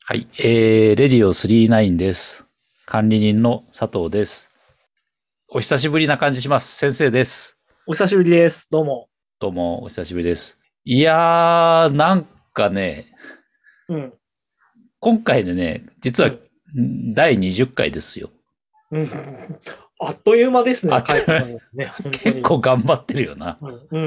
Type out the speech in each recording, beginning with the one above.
はい、レディオ39です。管理人の佐藤です。お久しぶりな感じします。先生です。 お久しぶりです。どうも。 どうも、お久しぶりです。いやー、なんかね、 うん。 今回でね、実はうん。 第20回ですよ。 うん。あっという間ですね、 あっと帰ったのね、本当に。 結構頑張ってるよな。 うん。うん。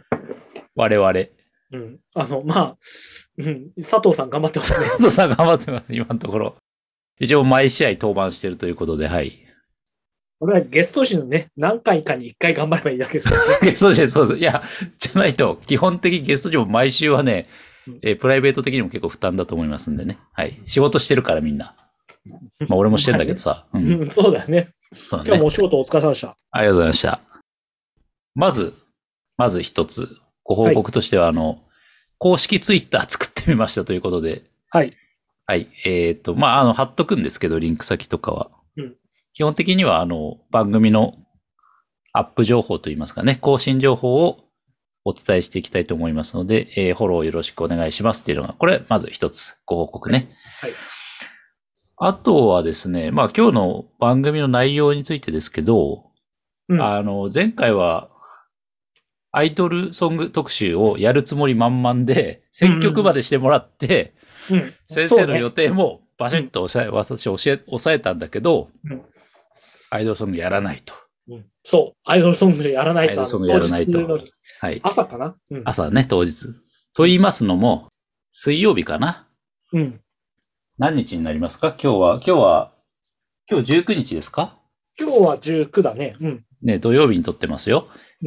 我々。 うん。まあ、うん。佐藤さん頑張ってますね。 佐藤さん頑張ってます、今のところ。一応毎試合登板してるということで、はい。 これはゲスト陣のね、何回かに1回頑張ればいいだけですからね。 ゲスト陣、そうです。いや、じゃないと、基本的にゲスト陣も毎週はね、 うん。 プライベート的にも結構負担だと思いますんでね。はい。仕事してるからみんな。まあ俺もしてんまあね。 だけどさ。うん。 うん、そうだよね。 そうだね。 今日もお仕事お疲れ様でした。 ありがとうございました。まず、まず一つ、ご報はい。 告としては、公式ツイッター作ってみましたということで。 はい。 はい。まあ、貼っとくんですけど、リンク先とかは。 うん。 基本的には、番組のアップ情報といいますかね、更新情報をお伝えしていきたいと思いますので、フォローよろしくお願いしますっていうのが、これ、まず一つご報告はい。 ね。 はい。 あとはですね、まあ今日の番組の内容についてですけど、 うん。 前回はアイドルソング特集をやるつもり満々で、 うん。 選曲まうん。 でしてもらって、 うん。 先生の予そうね。 定もバシうん。 ッと抑えたんだけど、 うん。 アイドルソングやらないと。 うん。そう。アイドルソングでやらないと、 アイドルソングや当らないと。 日のはい。 朝かな。うん。 朝ね、当日。とうん。 言いますのも、水曜日かな。 うん。 何日になりますか？今日19日ですか？ 今日は19だね。うん。 ね、土曜日に撮ってますよ。 うん。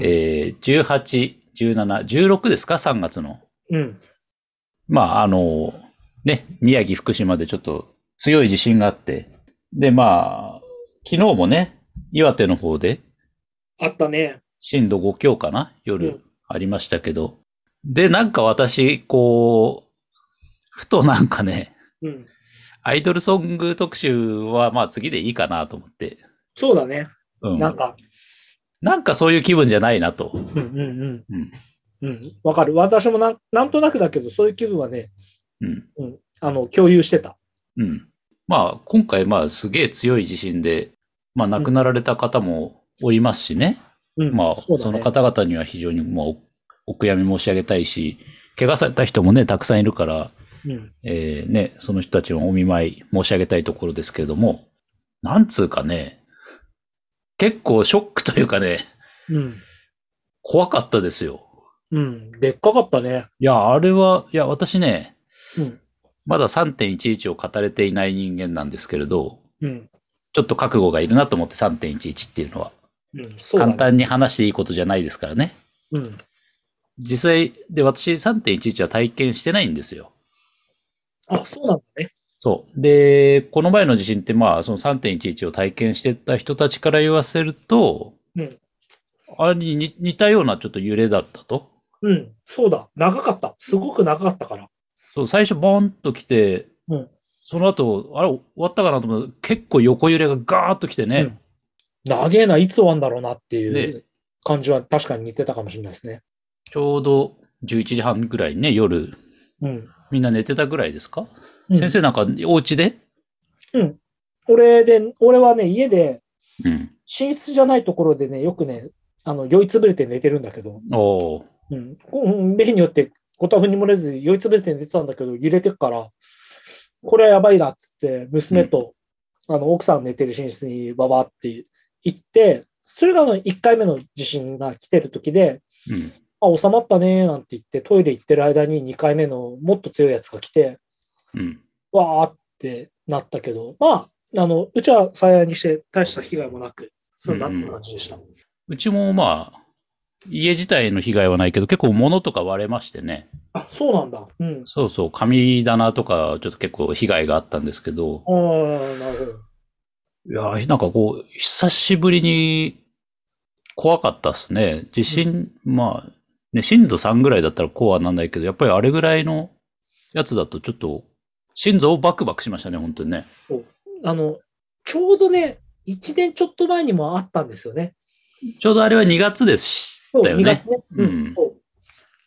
18、17、16ですか？ 3 月の。 うん。 まあ、ね、宮城、福島でちょっと強い地震があって、で、まあ、昨日もね、岩手の方であったね。 震度5強かな夜うん。 ありましたけど。で、なんか私、ふとなんかね、 うん。 アイドルソング特集はまあ次でいいかなと思って。 そうだね。 うん。 なんか、 なんかそういう気分じゃないなと。 うんうんうん。 うん。うん。わかる。私もなんとなくだけど、そういう気分はね、 うん。 うん。共有してた。 うん。まあ、今回まあすげえ強い地震で、まあ亡うん。 くなられた方もおりますしね。 うん。 まあ、そのそうだね。 方々には非常にもうお悔やみ申し上げたいし、怪我された人もね、たくさんいるから、 うん。 ね、その人たちのお見舞い申し上げたいところですけれども、なんつうかね、結構ショックというかね、 うん。 怖かったですよ。 うん。でっかかったね。 いや、あれは、いや、私ね、 うん。 まだ3.11を語れていない人間なんですけれど、 うん。 ちょっと覚悟がいるなと思って3.11っていうのは。 うん。そうだね。 簡単に話していいことじゃないですからね。 うん。 実際で私3.11は体験してないんですよ。 あ、そうなんだね。 そう。で、この前の地震ってまあその3.11を体験してた人たちから言わせると、 うん。 あれに似たようなちょっと揺れだったと。 うん。そうだ。長かった。すごく長かったから。 そう、最初ボーンと来て、 うん。 その後、あれ終わったかなと思ったら結構横揺れがガーッと来てね。 うん。長えな、いつ終わんだろうなっていで、 う感じは確かに似てたかもしれないですね。 ちょうど11時半ぐらいにね、夜、 うん。 みんな寝てたぐらいですか？ うん。 先生なんかお家で？ うん。俺はね、家で、 うん。 寝室じゃないところでね、よくね、酔いつぶれて寝てるんだけど、 おー。 うん。例によって、ご多分に漏れず酔いつぶれて寝てたんだけど、揺れてるから、これはやばいなっつって、 うん。 娘と、奥さん寝てる寝室にババって行って、それが1回目の地震が来てる時で、 うん。 あ、収まったねなんて言って、トイレ行ってる間に2回目のもっと強いやつが来て、 うん。 わーってなったけど、まあ、うちは幸いにして大した被害もなくうん。う済んだって感ん。 じでした。 うちもまあ、家自体の被害はないけど、結構物とか割れましてね。 あ、そうなんだ。うん。 そうそう、神棚とか、ちょっと結構被害があったんですけど、 ああ、なるほど。 いやー、なんか久しぶりに怖かったっすね。地うん。 震、まあ、ね、震度3ぐらいだったらこうはなんないけど、やっぱりあれぐらいのやつだとちょっと、心臓をバクバクしましたね、本当にね。 そうあの、ちょうどね、1年ちょっと前にもあったんですよね。 ちょうどあれは2月でしそう、2 たよね。 月ね。うん。 うん。 そう。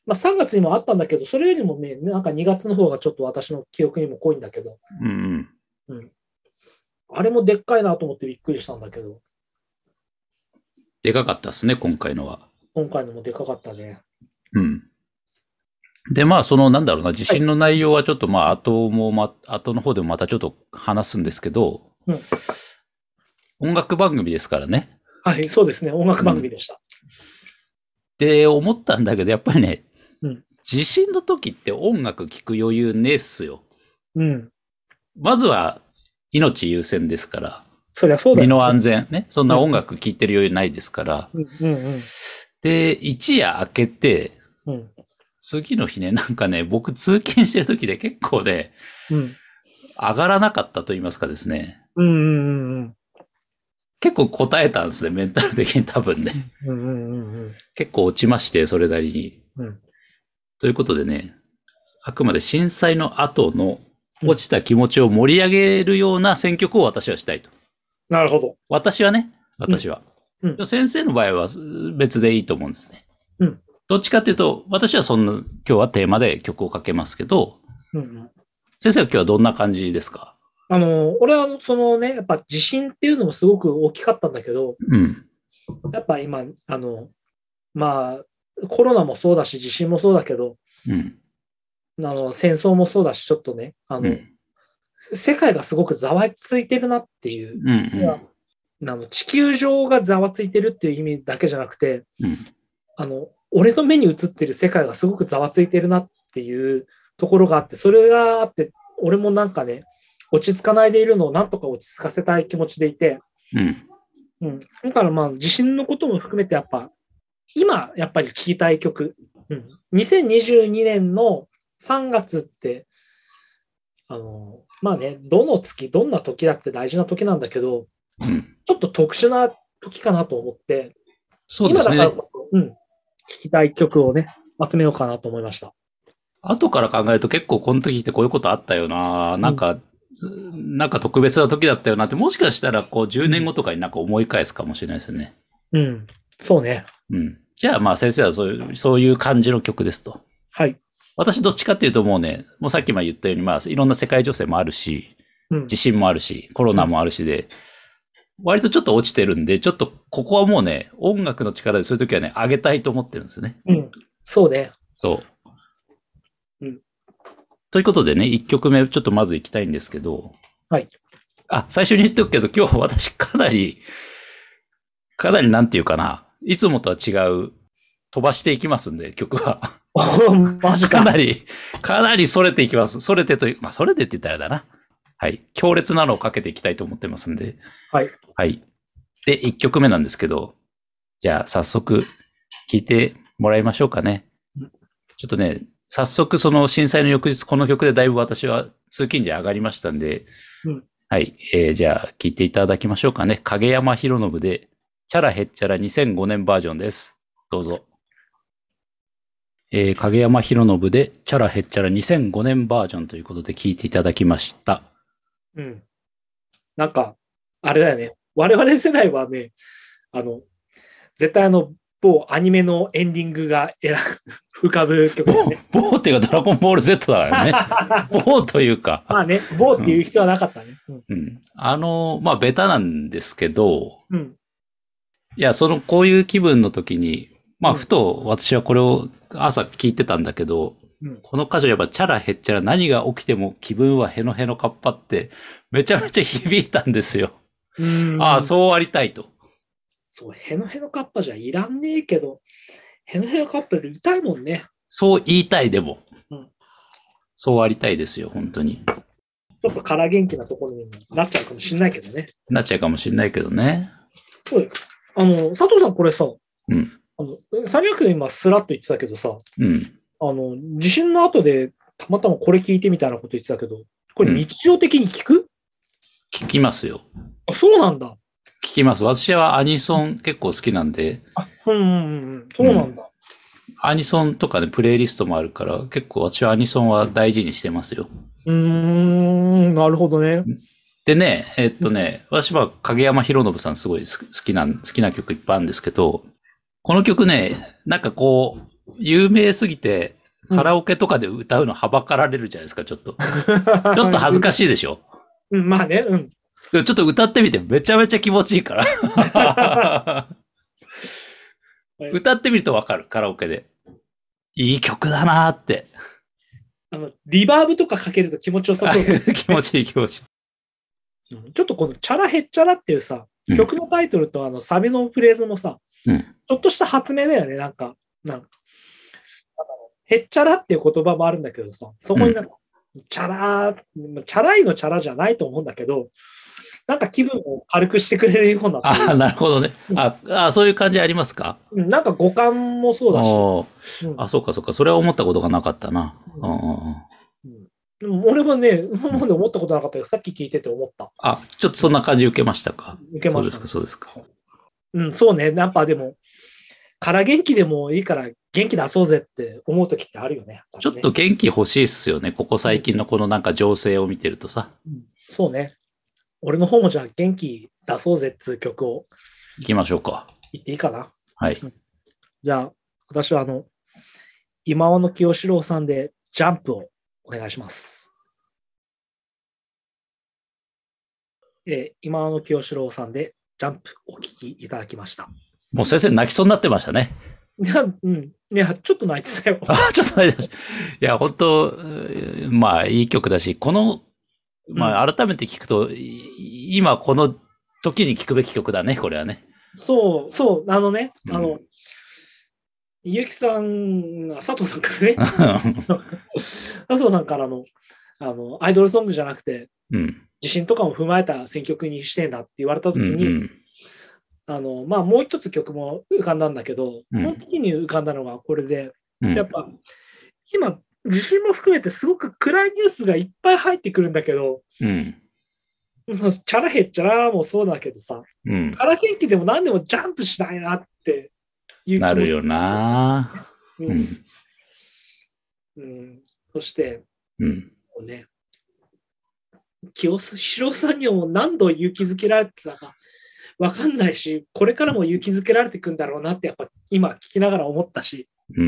まあ3月にもあったんだけど、それよりもね、なんか2月の方がちょっと私の記憶にも濃いんだけど、 うんうん。 うん。あれもでっかいなと思ってびっくりしたんだけど、 でかかったですね、今回のは。 今回のもでかかったね。 うん。で、まあ、その、なんだろうな、地はい。 震の内容はちょっと、まあ、後の方でもまたちょっと話すんですけど、 うん。 音楽番組ですからね。 はい、そうですね。音楽うん。 番組でした。 で、思ったんだけど、やっぱりね、 うん。 地震の時って音楽聴く余裕ねえっすよ。 うん。 まずは、命優先ですから。 そりゃそうだ身のよね。 安全ね。そんうん。 な音楽聴いてる余裕ないですから。 うん。うん。うん。 で、一夜明けて、 うん。 次の日ね、なんかね、僕通勤してる時で結構ね、 うん。 上がらなかったと言いますかですね。 うん。うん。 結構答えたんですね、メンタル的に多分ね。 うん。うん。 結構落ちまして、それなりに。 うん。 ということでね、あくまで震災の後のうん。 落ちた気持ちを盛り上げるような選曲を私はしたいと。 なるほど。 私はね、 うん。 私は。 うん。 先生の場合は別でいいと思うんですね。 うん。 どっちかっていうと、私は今日はテーマで曲をかけますけど、 うん。 先生は今日はどんな感じですか？ 俺はそのね、やっぱ地震っていうのもすごく大きかったんだけど、 うん。 やっぱ今、まあ、コロナもそうだし、地震もそうだけど、 うん。 戦争もそうだし、ちょっとね、 うん。 世界がすごくざわついてるなっていう。 うん。 地球上がざわついてるっていう意味だけじゃなくて、 うん。 俺の目に映ってる世界がすごくざわついてるなっていうところがあって、それがあって、俺もなんかね、落ち着かないでいるのをなんとか落ち着かせたい気持ちでいて、 うん。 うん。だからまあ、地震のことも含めてやっぱ、今、やっぱり聴きたい曲。うん。2022年の3月って、まあね、どの月、どんな時だって大事な時なんだけど、 うん。 ちょっと特殊な時かなと思って、 そうで今だからすね。 こそ、うん、聴きたい曲をね、集めようかなと思いました。 後から考えると結構この時ってこういうことあったよな。 うん。 なんか特別な時だったよなって、もしかしたらこう10年うん。 後とかになんか思い返すかもしれないですよね。 うん。そうね。 うん。じゃあまあ先生はそういう感じの曲ですと。 はい。 私どっちかっていうともうね、もうさっきも言ったようにまあいろんな世界情勢もあるし、 うん。 地震もあるし、コロナうん。 もあるしで、割とちょっと落ちてるんで、ちょっとここはもうね、音楽の力でそういう時はね、上げたいと思ってるんですよね。 うん。そうね。 そう。 うん。 ということでね、1曲目ちょっとまず行きたいんですけど、 はい。 最初に言っておくけど、今日私かなりなんていうかな、いつもとは違う、飛ばしていきますんで、曲は。 おマジか。 かなり逸れていきます。逸れてという、まあ、逸れてって言ったらあれだな。はい。強烈なのをかけていきたいと思ってますんで。 はい。 はい。で、1曲目なんですけど、じゃあ早速、聴いてもらいましょうかね。ちょっとね、早速その震災の翌日、この曲でだいぶ私は通勤時上がりましたんで、 うん。 はい。じゃあ、聴いていただきましょうかね。影山博信で、チャラヘッチャラ2005年バージョンです。どうぞ。影山博信で、チャラヘッチャラ2005年バージョンということで聴いていただきました。 うん。なんか、あれだよね。我々世代はね、絶対某アニメのエンディングが浮かぶ曲だよね。 某っていうかドラゴンボール Z だからね。某というか。 まあね、某っていう必要はなかったね。 うん。まあ、ベタなんですけど、 うん。 いや、こういう気分の時に、まあ、 うん。 ふと私はこれを朝聞いてたんだけど、 うん。 この箇所やっぱチャラヘッチャラ何が起きても気分はヘノヘノカッパってめちゃめちゃ響いたんですよ。 うん。 ああ、そうありたいと。 そう、ヘノヘノカッパじゃいらんねえけど、ヘノヘノカッパで痛いもんね。 そう言いたいでも。 うん。 そうありたいですよ、本当に。 ちょっと空元気なところにもなっちゃうかもしれないけどね。 なっちゃうかもしれないけどね。 そうよ。佐藤さんこれさ、 うん。 サニア君今スラッと言ってたけどさ、 うん。 地震の後でたまたまこれ聞いてみたいなこと言ってたけど、これうん。 日常的に聞く？ 聞きますよ。 あ、そうなんだ。 聞きます。私はアニソン結構好きなんで、 あ、うんうんうん、そうん。 うなんだ。 アニソンとかね、プレイリストもあるから、結構私はアニソンは大事にしてますよ。 なるほどね。 でね、私は影山博信さんすごい好きな曲いっぱいあるんですけど、この曲ね、なんかこう、 有名すぎて、カラオケとかで歌うのはばかられるじゃないですか、ちょっと。ちょっと恥ずかしいでしょ。 うん、まあね、うん。 でもちょっと歌ってみてめちゃめちゃ気持ちいいから。歌ってみるとわかる、カラオケで。いい曲だなーって。 リバーブとかかけると気持ちよさそう、ね。 気持ちいい気持ちいい。 ちょっとこのチャラヘッチャラっていうさ、曲のタイトルとサビのフレーズのさ、ちょっとした発明だよね、なんか。ヘッチャラっていう言葉もあるんだけどさ、そこになんか、チャラいのチャラじゃないと思うんだけど、なんか気分を軽くしてくれるような。 ああ、なるほどね。そういう感じありますか？ なんか五感もそうだし。 そうかそうか。それは思ったことがなかったな。 でも俺もね、今まで思ったことなかったけど、さっき聞いてて思った。 ちょっとそんな感じ受けましたか？ 受けました。 そうですか。 そうね。やっぱでも、から元気でもいいから元気出そうぜって思うときってあるよね。 ちょっと元気欲しいっすよね。ここ最近のこのなんか情勢を見てるとさ。 そうね。俺の方もじゃあ元気出そうぜっていう曲を。 行きましょうか。 言っていいかな。 はい。 じゃあ、私は今尾の清志郎さんでジャンプをお願いします。今尾の清志郎さんでジャンプお聴きいただきました。 もう先生泣きそうになってましたね。 いや、ちょっと泣いてたよ。 ちょっと泣いてました。いや、本当まあ、いい曲だし、改めて聞くと、今この時に聞くべき曲だね、これはね。 そう、ゆきさん、佐藤さんからね、佐藤さんからアイドルソングじゃなくて、自信とかも踏まえた選曲にしてんだって言われたときに、もう一つ曲も浮かんだんだけど、その時に浮かんだのがこれで、やっぱ、今、地震も含めてすごく暗いニュースがいっぱい入ってくるんだけど、チャラヘッチャラもそうだけどさ、から元気でも何でもジャンプしないなっていう気持ちなるよな。 そして、ね、清志郎さんにも何度勇気づけられてたか分かんないし、これからも勇気づけられていくんだろうなってやっぱ今聞きながら思ったし、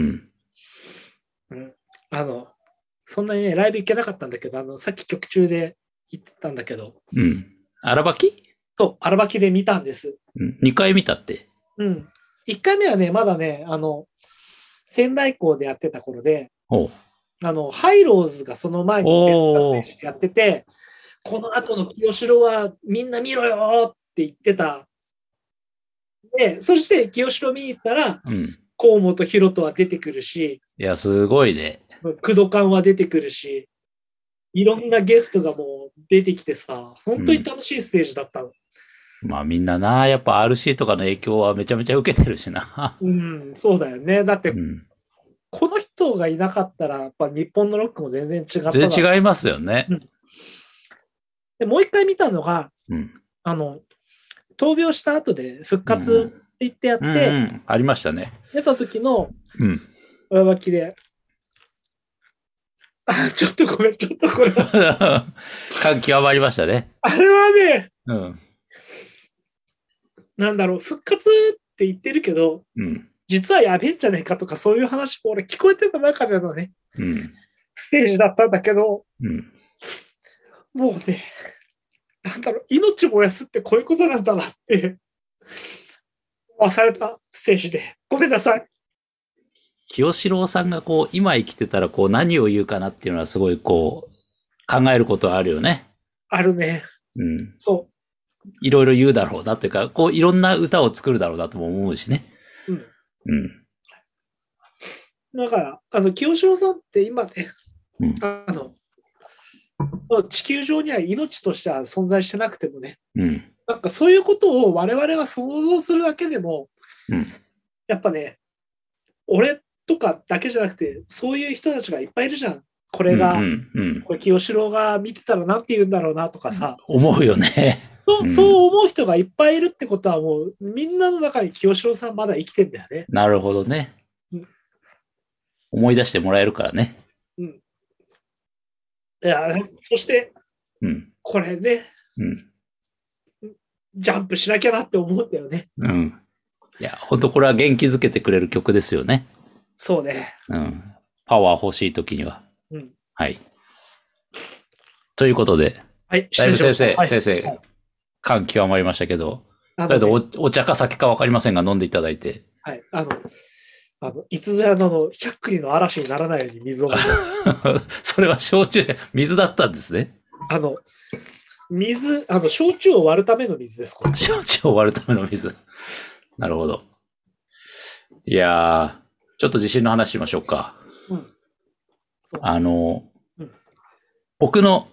そんなにね、ライブ行けなかったんだけど、さっき曲中で言ってたんだけど。 荒ばき？ そう、荒ばきで見たんです。 2回見たって。 1回目はね、まだね、仙台校でやってた頃で、ハイローズがその前にやってて、この後の清志郎はみんな見ろよって言ってた。で、そして清志郎見に行ったら、河本大翔は出てくるし、 いや、すごいね。 工藤館は出てくるし、いろんなゲストがもう出てきてさ、本当に楽しいステージだったの。 みんなな、やっぱ RC とかの影響はめちゃめちゃ受けてるしな。 そうだよね。だって、この人がいなかったら、やっぱ日本のロックも全然違った。 全然違いますよね。 でもう一回見たのが、闘病した後で復活って言ってやって、 ありましたね。 出た時の、上履きで、ちょっとこれ。 感極まりましたね。 あれはね、なんだろう、復活って言ってるけど、実はやべえんじゃねえかとか、そういう話も俺聞こえてた中でのね、ステージだったんだけど、もうね、なんだろう、命燃やすってこういうことなんだなって、忘れたステージで。ごめんなさい。 清志郎さんが今生きてたら何を言うかなっていうのはすごい考えることはあるよね。 あるね。そう。 いろいろ言うだろうなというか、いろんな歌を作るだろうなとも思うしね。 だから、清志郎さんって今ね、地球上には命としては存在してなくてもね、なんかそういうことを我々が想像するだけでも、やっぱね、俺とかだけじゃなくて、そういう人たちがいっぱいいるじゃん。これが、これ清志郎が見てたらなんて言うんだろうなとかさ。 思うよね。 そう思う人がいっぱいいるってことはもう、みんなの中に清志郎さんまだ生きてんだよね。 なるほどね。思い出してもらえるからね。 いや、そして、これね、ジャンプしなきゃなって思うんだよね。 いや、本当これは元気づけてくれる曲ですよね。 そうね。 うん。パワー欲しいときには。 うん。 はい。ということで。 はい。 だいぶ先生、 はい、 先生、はい、感極まりましたけど、 とりあえずお茶か酒かわかりませんが飲んでいただいて。 はい。いつぞやの百栗の嵐にならないように水を飲む。 それは焼酎、水だったんですね。 焼酎を割るための水です、これ。 焼酎を割るための水。なるほど。いやー、ちょっと地震の話しましょうか。うん、僕の、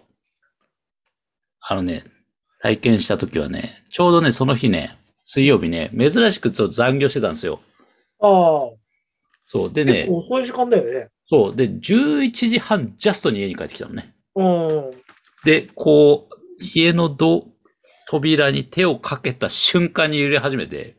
体験した時はね、ちょうどね、その日ね、水曜日ね、珍しくちょっと残業してたんですよ。 ああ。 そう。でね。 結構遅い時間だよね。 そう。で、11時半ジャストに家に帰ってきたのね。 うん。 で、こう、家の扉に手をかけた瞬間に揺れ始めて、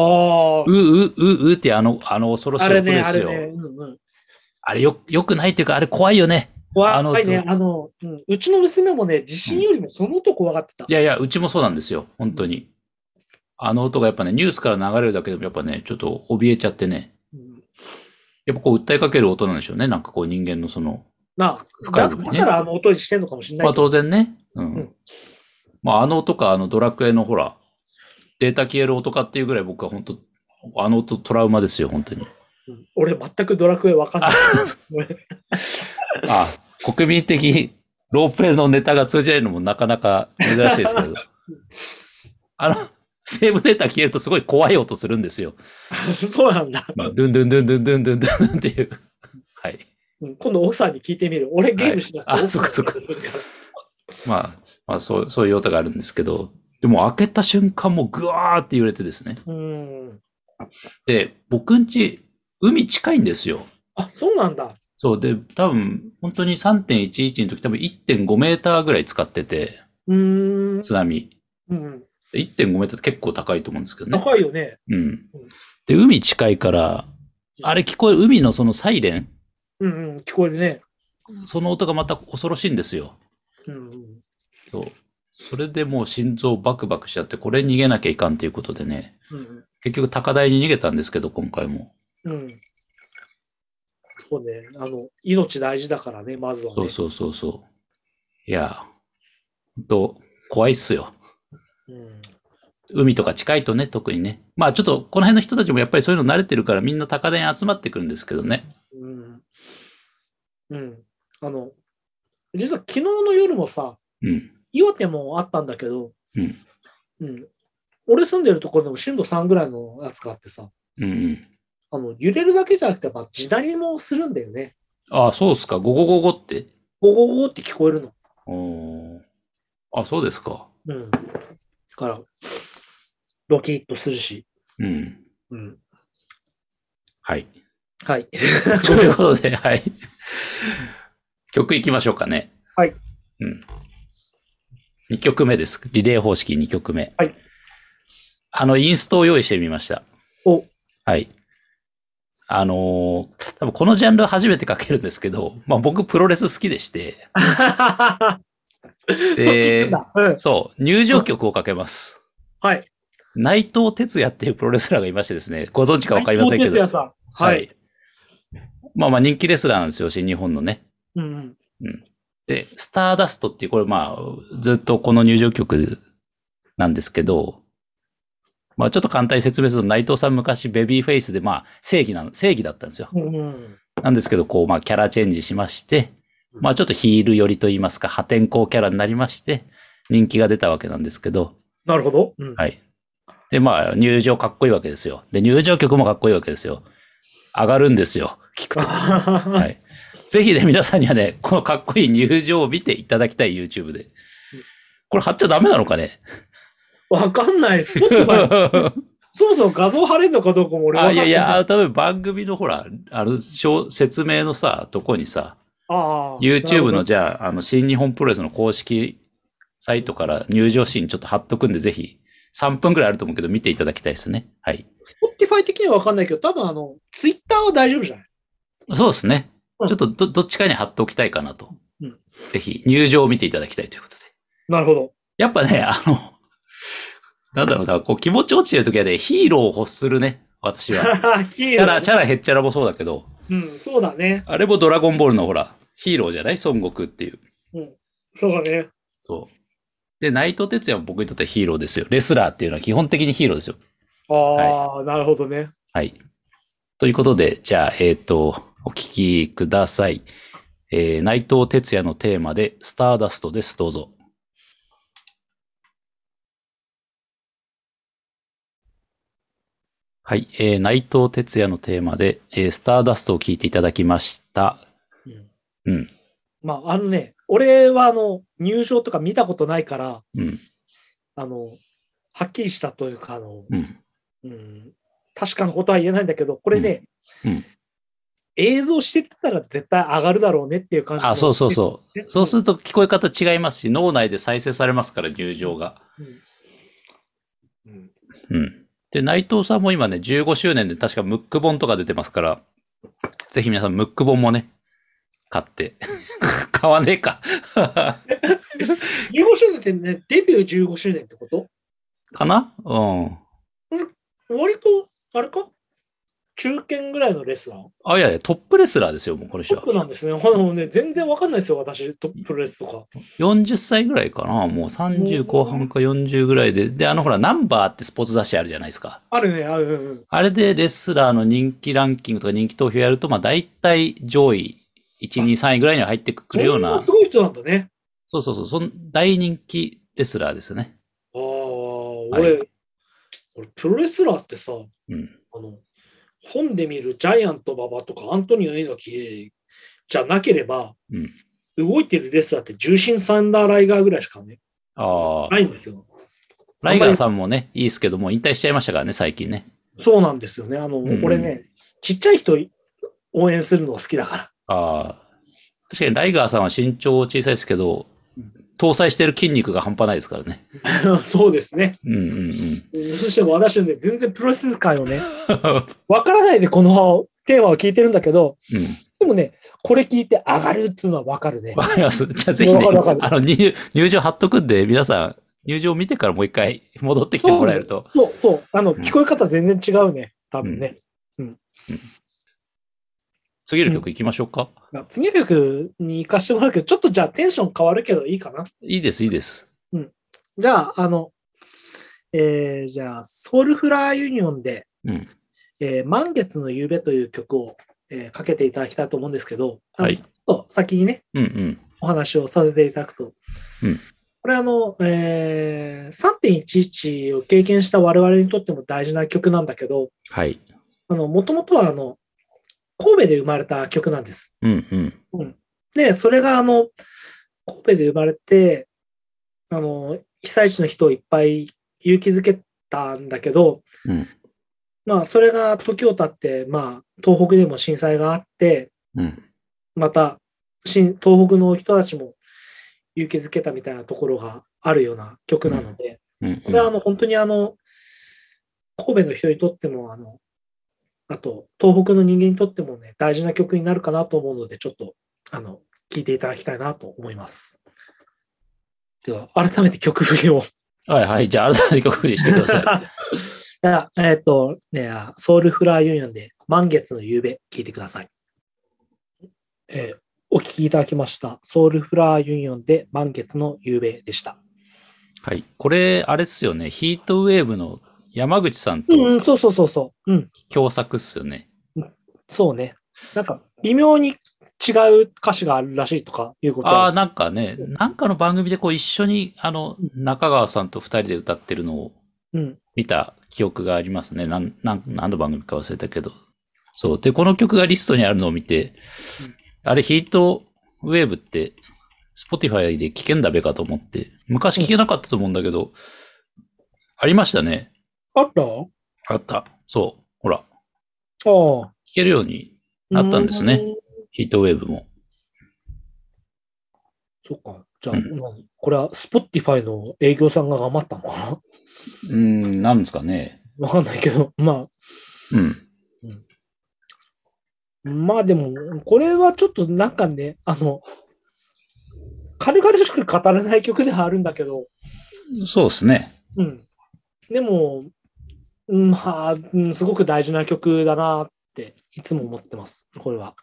って恐ろしい音ですよ。あれよくないっていうか、あれ怖いよね。 怖いね。うちの娘もね、地震よりもその音怖がってた。 いや、うちもそうなんですよ。本当に。あの音がやっぱね、ニュースから流れるだけでもやっぱね、ちょっと怯えちゃってね。やっぱこう訴えかける音なんでしょうね。なんかこう人間のその、 深い部分ね。だからあの音にしてんのかもしれない。 まあ当然ね。うん。まああの音か、ドラクエのほら、データ消える音かっていうぐらい僕は本当あの音トラウマですよ、本当に。 俺全くドラクエわかんない。 国民的ロープレイのネタが通じないのもなかなか珍しいですけど。セーブデータ消えるとすごい怖い音するんですよ。 そうなんだ。 ドゥンドゥンドゥンドゥンドゥンドゥンドゥンっていう。はい。 今度奥さんに聞いてみる。俺ゲームしなくて、 そっか。まあ、そういう音があるんですけど、でも開けた瞬間もうグワーって揺れてですね。で、僕ん家、海近いんですよ。 あ、そうなんだ。 そう。で、多分、本当に 3.11 の時多分 1.5 メーターぐらい使ってて、津波。1.5 メーターって結構高いと思うんですけどね。 高いよね。 で、海近いから、あれ聞こえる、海のそのサイレン。 聞こえるね。 その音がまた恐ろしいんですよ。そう。それでもう心臓バクバクしちゃって、これ逃げなきゃいかんということでね。結局高台に逃げたんですけど、今回も。 そうね。命大事だからね、まずは、ね。 そう。いや、怖いっすよ。海とか近いとね、特にね。まあちょっと、この辺の人たちもやっぱりそういうの慣れてるからみんな高台に集まってくるんですけどね。 実は昨日の夜もさ、岩手もあったんだけど、俺住んでるところでも震度3ぐらいのやつがあってさ、揺れるだけじゃなくて、地鳴りもするんだよね。 ああ、そうっすか。ゴゴゴゴって。 ゴゴゴゴって聞こえるの。あ、そうですか。 だから、ドキッとするし。 はい。 はい。 ということで、はい。曲いきましょうかね。 はい。 2曲目です。リレー方式2曲目。 はい。 インストを用意してみました。はい。多分このジャンル初めてかけるんですけど、まあ僕プロレス好きでして。そう、入場曲をかけます。 はい。 内藤哲也っていうプロレスラーがいましてですね、ご存知かわかりませんけど。 内藤哲也さん。はい。 まあ人気レスラーなんですよ、新日本のね。で、スターダストっていう、これずっとこの入場曲なんですけど、まあちょっと簡単に説明すると、内藤さん昔ベビーフェイスで正義だったんですよ。なんですけど、こうキャラチェンジしまして、ちょっとヒール寄りと言いますか、破天荒キャラになりまして、人気が出たわけなんですけど。 なるほど。 はい。で、入場かっこいいわけですよ。で、入場曲もかっこいいわけですよ。上がるんですよ。聞くと。はい。ぜひね、皆さんにはね、このかっこいい入場を見ていただきたい、YouTube で。これ貼っちゃダメなのかね？ わかんない。そもそも画像貼れるのかどうかも俺は。 いや、多分番組のほら、説明のさ、とこにさ、YouTube のじゃあ、新日本プロレスの公式サイトから入場シーンちょっと貼っとくんで、ぜひ、3分くらいあると思うけど、見ていただきたいですね。はい。 Spotify 的にはわかんないけど、多分Twitter は大丈夫じゃない？ そうですね。ちょっとどっちかに貼っておきたいかなと。ぜひ、入場を見ていただきたいということで。 なるほど。 やっぱね、なんだろうな、こう気持ち落ちてるときはね、ヒーローを欲するね、私は。チャラへっちゃらもそうだけど、 うん、そうだね。 あれもドラゴンボールのほら、ヒーローじゃない孫悟空っていう。 うん、そうだね。 そう。で、内藤哲也は僕にとってヒーローですよ。レスラーっていうのは基本的にヒーローですよ。はい。 ああ、なるほどね。 はい。ということで、じゃあ、お聞きください。内藤哲也のテーマで、スターダストです。どうぞ。はい。内藤哲也のテーマで、スターダストを聞いていただきました。うん。 まあ、俺は入場とか見たことないから、 うん。 はっきりしたというか、 うん。 確かなことは言えないんだけど、これね、 うん。 映像してたら絶対上がるだろうねっていう感じの。 そうそうそう。そうすると聞こえ方違いますし、脳内で再生されますから、入場が。うん。で、内藤さんも今ね、15周年で確かムック本とか出てますから、ぜひ皆さんムック本もね、買って。買わねえか。 15周年ってね、デビュー15周年ってことかなうん。 割と、あれか中堅ぐらいのレスラーいやいや、トップレスラーですよ、もうこの人は。 トップなんですね。全然わかんないですよ、私、トップレスとか。 40歳ぐらいかなもう30後半か40ぐらいで。で、ほら、ナンバーってスポーツ雑誌あるじゃないですか。 あるね、ある。 あれでレスラーの人気ランキングとか人気投票やると、まあ大体上位1、2、3位ぐらいには入ってくるような。 そんなすごい人なんだね。 そう。大人気レスラーですね。 俺、プロレスラーってさ、本で見るジャイアント馬場とかアントニオ猪木じゃなければ、動いてるレスラーって重心サンダーライガーぐらいしかね、ないんですよ。 ライガーさんもね、いいですけども、引退しちゃいましたからね、最近ね。 そうなんですよね。俺ね、ちっちゃい人応援するのが好きだから。 確かにライガーさんは身長小さいですけど、搭載してる筋肉が半端ないですからね。 そうですね。そしても私はね、全然プロレス界をね、わからないでこのテーマを聞いてるんだけど、でもね、これ聞いて上がるっていうのはわかるね。 わかります。じゃあぜひね、入場貼っとくんで、皆さん、入場見てからもう一回戻ってきてもらえると。 そう。聞こえ方全然違うね。多分ね。 次の曲行きましょうか。 次の曲に行かしてもらうけど、ちょっとじゃあテンション変わるけどいいかな。 いいです。 じゃあ、じゃあ、ソウルフラーユニオンで、満月の夕べという曲を、かけていただきたいと思うんですけど、ちょっと先にね、お話をさせていただくと、これ3.11 を経験した我々にとっても大事な曲なんだけど、もともとは神戸で生まれた曲なんです。で、それが神戸で生まれて、被災地の人をいっぱい勇気づけたんだけど、まあ、それが時を経って、まあ、東北でも震災があって、また、東北の人たちも勇気づけたみたいなところがあるような曲なので、これは本当に神戸の人にとっても、あと、東北の人間にとってもね、大事な曲になるかなと思うので、ちょっと、聴いていただきたいなと思います。では、改めて曲振りを。 はい。じゃあ、改めて曲振りしてください。ソウルフラーユニオンで満月の夕べ聴いてください。お聴きいただきました。ソウルフラーユニオンで満月の夕べでした。 はい。これ、あれですよね。ヒートウェーブの山口さんと。 そう。 共作っすよね。 そうね。なんか、微妙に違う歌詞があるらしいとかいうことは。 なんかね、なんかの番組でこう一緒に、中川さんと二人で歌ってるのを見た記憶がありますね。何の番組か忘れたけど。そう。で、この曲がリストにあるのを見て、あれヒートウェーブって、Spotify で聴けんだべかと思って、昔聴けなかったと思うんだけど、ありましたね。 あった。 そう。ほら。 聴けるようになったんですね。ヒートウェーブも。 そっか。じゃあ、これは Spotify の営業さんが頑張ったのかななんですかね。 わかんないけど、まあ。まあでも、これはちょっとなんかね、軽々しく語れない曲ではあるんだけど。 そうですね。 でも、まあ、すごく大事な曲だなっていつも思ってます、これは。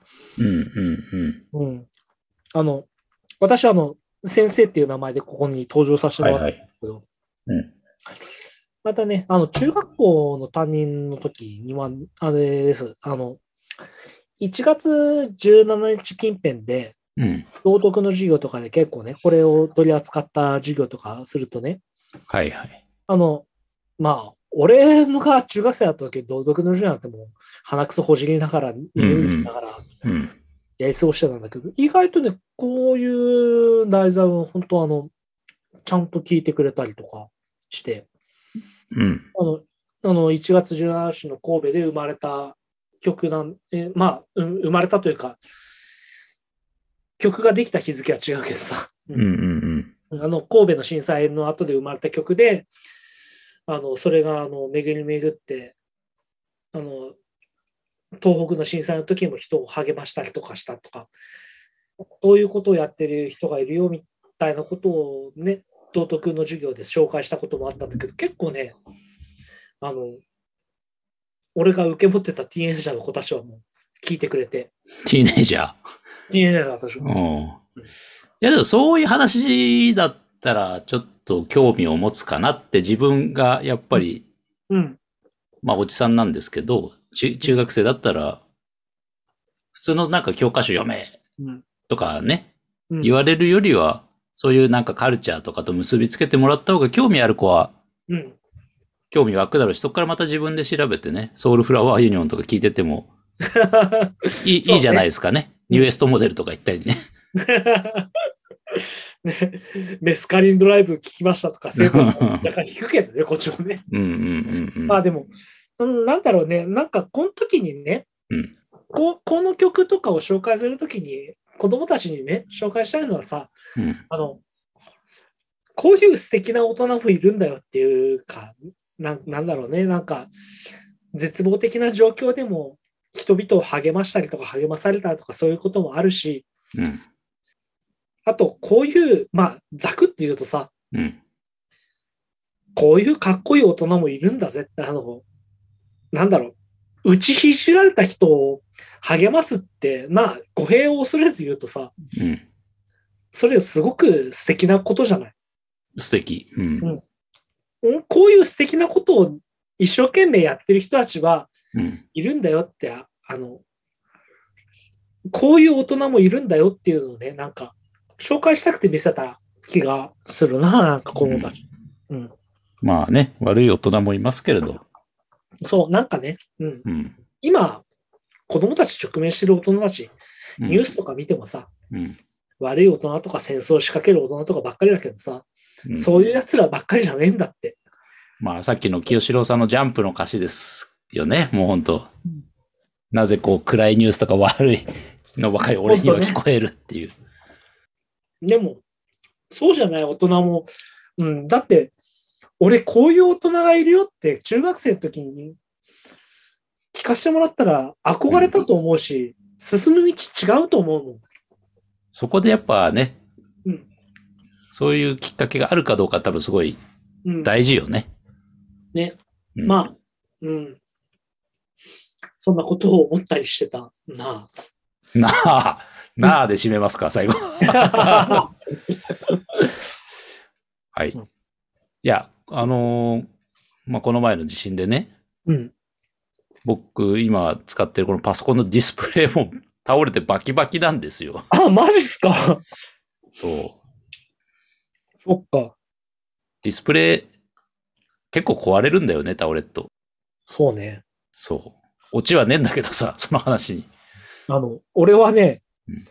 私先生っていう名前でここに登場させてもらったんですけど、またね、中学校の担任の時には、あれです。1月17日近辺で、道徳の授業とかで結構ね、これを取り扱った授業とかするとね、俺が中学生だった時、道徳の授業なんてもう鼻くそほじりながら、居眠りしながらやり過ごしてたんだけど、意外とね、こういう題材を本当ちゃんと聞いてくれたりとかして、1月17日の神戸で生まれた曲生まれたというか、曲ができた日付は違うけどさ、神戸の震災の後で生まれた曲で、それが巡り巡って、東北の震災の時も人を励ましたりとかしたとか、そういうことをやってる人がいるよみたいなことをね、道徳の授業で紹介したこともあったんだけど、結構ね、俺が受け持ってたティーンエイジャーの子たちはもう聞いてくれて。 ティーンエイジャーティーンエイジャーだったでしょ。 いやでもそういう話だったらちょっと興味を持つかなって自分がやっぱり、おじさんなんですけど、中学生だったら、普通のなんか教科書読めとかね、言われるよりは、そういうなんかカルチャーとかと結びつけてもらった方が興味ある子は、興味湧くだろうし、そこからまた自分で調べてね、ソウルフラワーユニオンとか聞いててもいいじゃないですかね。ニューエストモデルとか言ったりね。 メスカリンドライブ聞きましたとか、そういうのだから聞くけどね、こっちもね。でも、なんだろうね、なんかこの時にね、この曲とかを紹介するときに、子供たちにね、紹介したいのはさ、こういう素敵な大人もいるんだよっていうか、なんだろうね、なんか、絶望的な状況でも人々を励ましたりとか励まされたりとかそういうこともあるし、あと、こういう、ざくって言うとさ、こういうかっこいい大人もいるんだぜって、なんだろう、打ちひしられた人を励ますって、語弊を恐れず言うとさ、それすごく素敵なことじゃない。 素敵。 こういう素敵なことを一生懸命やってる人たちはいるんだよって、こういう大人もいるんだよっていうのをね、なんか、紹介したくて見せた気がするな、なんか子供たち。 まあね、悪い大人もいますけれど。 そう、なんかね、今、子供たち直面してる大人たち、ニュースとか見てもさ、悪い大人とか戦争を仕掛ける大人とかばっかりだけどさ、そういう奴らばっかりじゃねえんだって。 さっきの清志郎さんのジャンプの歌詞ですよね、もう本当。なぜこう暗いニュースとか悪いのばかり俺には聞こえるっていう。 でも、そうじゃない大人も、だって、俺こういう大人がいるよって中学生の時に聞かせてもらったら憧れたと思うし、進む道違うと思うもん。 そこでやっぱね、そういうきっかけがあるかどうか多分すごい大事よね。 ね。そんなことを思ったりしてたなあで締めますか、最後。はい。いや、この前の地震でね、僕今使ってるこのパソコンのディスプレイも倒れてバキバキなんですよ。 マジっすか。 そう。 そっか。 ディスプレイ結構壊れるんだよね、倒れっと。 そうね。 そう。オチはねえんだけどさ、その話に。 俺はね、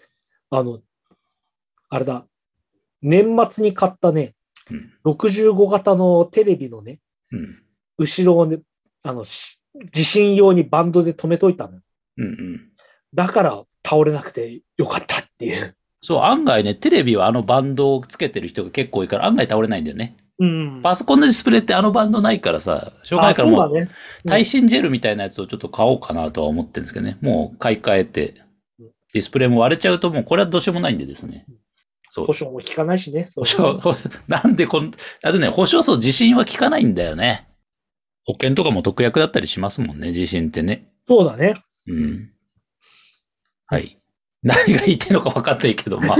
あれだ、年末に買ったね、65型のテレビのね、後ろをね、地震用にバンドで止めといたの。だから倒れなくてよかったっていう。 そう、案外ね、テレビはバンドをつけてる人が結構多いから案外倒れないんだよね。パソコンのディスプレイってバンドないからさ、しょうがないからもう、耐震ジェルみたいなやつをちょっと買おうかなとは思ってるんですけどね。もう買い替えて、ディスプレイも割れちゃうともうこれはどうしようもないんでですね。 そう。保証も効かないしね。 保証、なんであとね、保証地震は効かないんだよね。保険とかも特約だったりしますもんね、地震ってね。 そうだね。 うん。はい。何が言ってんのか分かんないけど、まあ。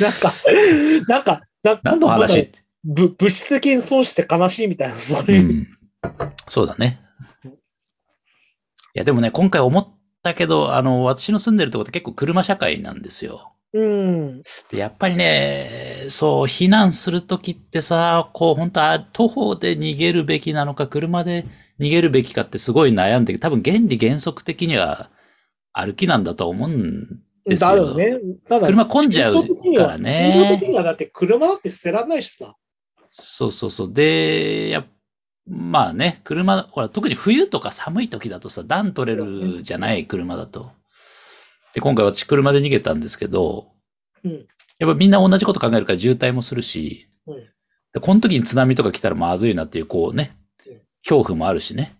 何の話物質的に損して悲しいみたいな、そういう。 そうだね。いや、でもね、今回思ったけど、私の住んでるところって結構車社会なんですよ。で、やっぱりね、そう、避難するときってさ、こう、本当は徒歩で逃げるべきなのか、車で逃げるべきかってすごい悩んで、多分原理原則的には歩きなんだと思うんですよ。 だよね。ただ車混んじゃうからね。 印象的にはだって車だって捨てらんないしさ。 そうそうそう。で、まあね、車、ほら、特に冬とか寒い時だとさ、暖取れるじゃない、車だと。で、今回私車で逃げたんですけど、やっぱみんな同じこと考えるから渋滞もするし、でこの時に津波とか来たらまずいなっていう、こうね、恐怖もあるしね。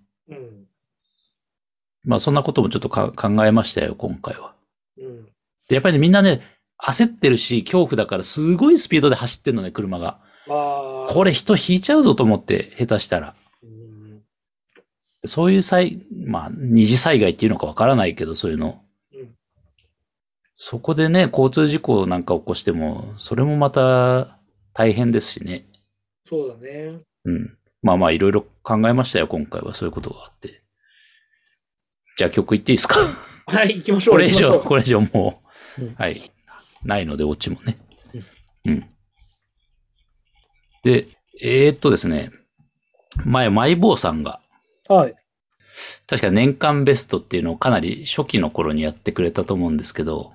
まあそんなこともちょっと考えましたよ、今回は。で、やっぱりね、みんなね、焦ってるし、恐怖だからすごいスピードで走ってんのね、車が。これ人引いちゃうぞと思って、下手したら。そういうまあ、二次災害っていうのかわからないけど、そういうの。そこでね、交通事故なんか起こしても、それもまた大変ですしね。 そうだね。 まあまあ、いろいろ考えましたよ、今回はそういうことがあって。じゃあ曲いっていいですか？ はい、行きましょう。 これ以上もう、はい。ないので、オチもね。で、ですね、前、マイボーさんが、 はい。 確か年間ベストっていうのをかなり初期の頃にやってくれたと思うんですけど、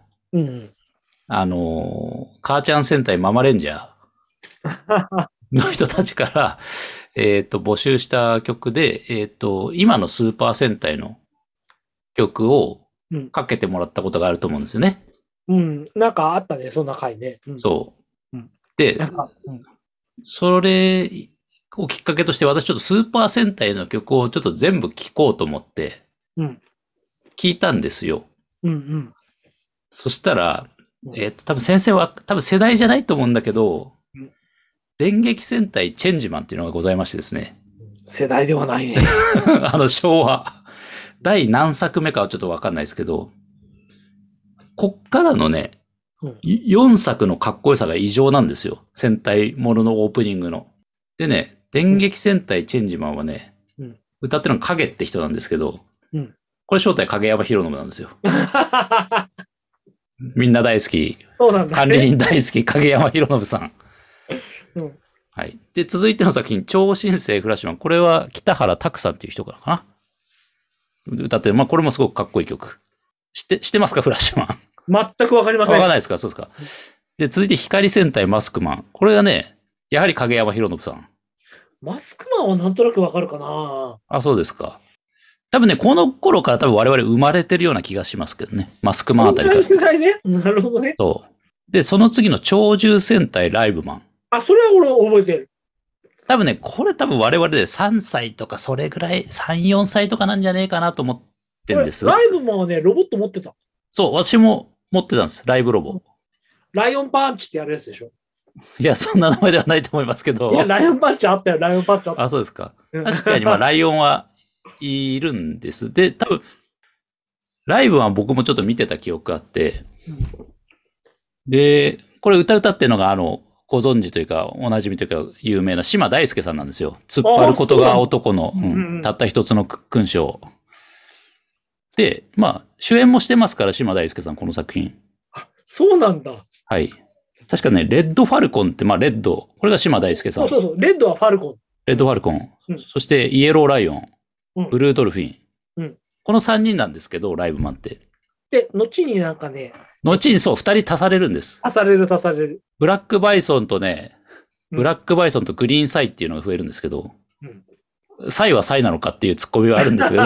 母ちゃん戦隊ママレンジャーの人たちから、募集した曲で、今のスーパー戦隊の曲をかけてもらったことがあると思うんですよね。 なんかあったね、そんな回ね。 そう。で、それをきっかけとして私ちょっとスーパー戦隊の曲をちょっと全部聴こうと思って、聞いたんですよ。そしたら、多分先生は多分世代じゃないと思うんだけど、電撃戦隊チェンジマンっていうのがございましてですね。 世代ではないね。 昭和。第何作目かはちょっとわかんないですけど、こっからのね、4作のかっこよさが異常なんですよ。戦隊もののオープニングの。でね、電撃戦隊チェンジマンはね、歌ってるのは影って人なんですけど、これ正体影山博信なんですよ。みんな大好き。 そうなんだ、ね。 管理人大好き、影山博信さん。はい。で、続いての作品、超新星フラッシュマン。これは北原拓さんっていう人かな。歌ってる。まあ、これもすごくかっこいい曲。知ってますか、フラッシュマン。 全くわかりません。 わかんないですか、そうですか。で、続いて光戦隊マスクマン。これがね、やはり影山博信さん。 マスクマンはなんとなくわかるかな。 あ、そうですか。多分ね、この頃から多分我々生まれてるような気がしますけどね。マスクマンあたりから。 世代ね。なるほどね。 そう。で、その次の超獣戦隊ライブマン。 あ、それは俺覚えてる。 多分ね、これ多分我々で3歳とかそれぐらい、3、4歳とかなんじゃねえかなと思ってんです。 ライブマンはね、ロボット持ってた。 そう、私も持ってたんです。ライブロボ。 ライオンパンチってやるやつでしょ。 いや、そんな名前ではないと思いますけど。 いや、ライオンパンチあったよ、ライオンパンチあった。 あ、そうですか。確かに、まあ、ライオンはいるんです。で、多分、ライブは僕もちょっと見てた記憶があって、で、これ歌っていうのが、ご存知というか、おなじみというか、有名な島大輔さんなんですよ。突っ張ることが男の、たった一つの勲章。で、まあ、主演もしてますから、島大輔さん、この作品。 あ、そうなんだ。 はい。確かね、レッドファルコンって、まあ、レッド。これが島大輔さん。 そう。レッドはファルコン。 レッドファルコン。そして、イエローライオン。ブルードルフィン。この3人なんですけど、ライブマンって。 で、後になんかね。 後にそう、2人足されるんです。 足される。 ブラックバイソンとね、ブラックバイソンとグリーンサイっていうのが増えるんですけど、サイはサイなのかっていうツッコミはあるんですけど、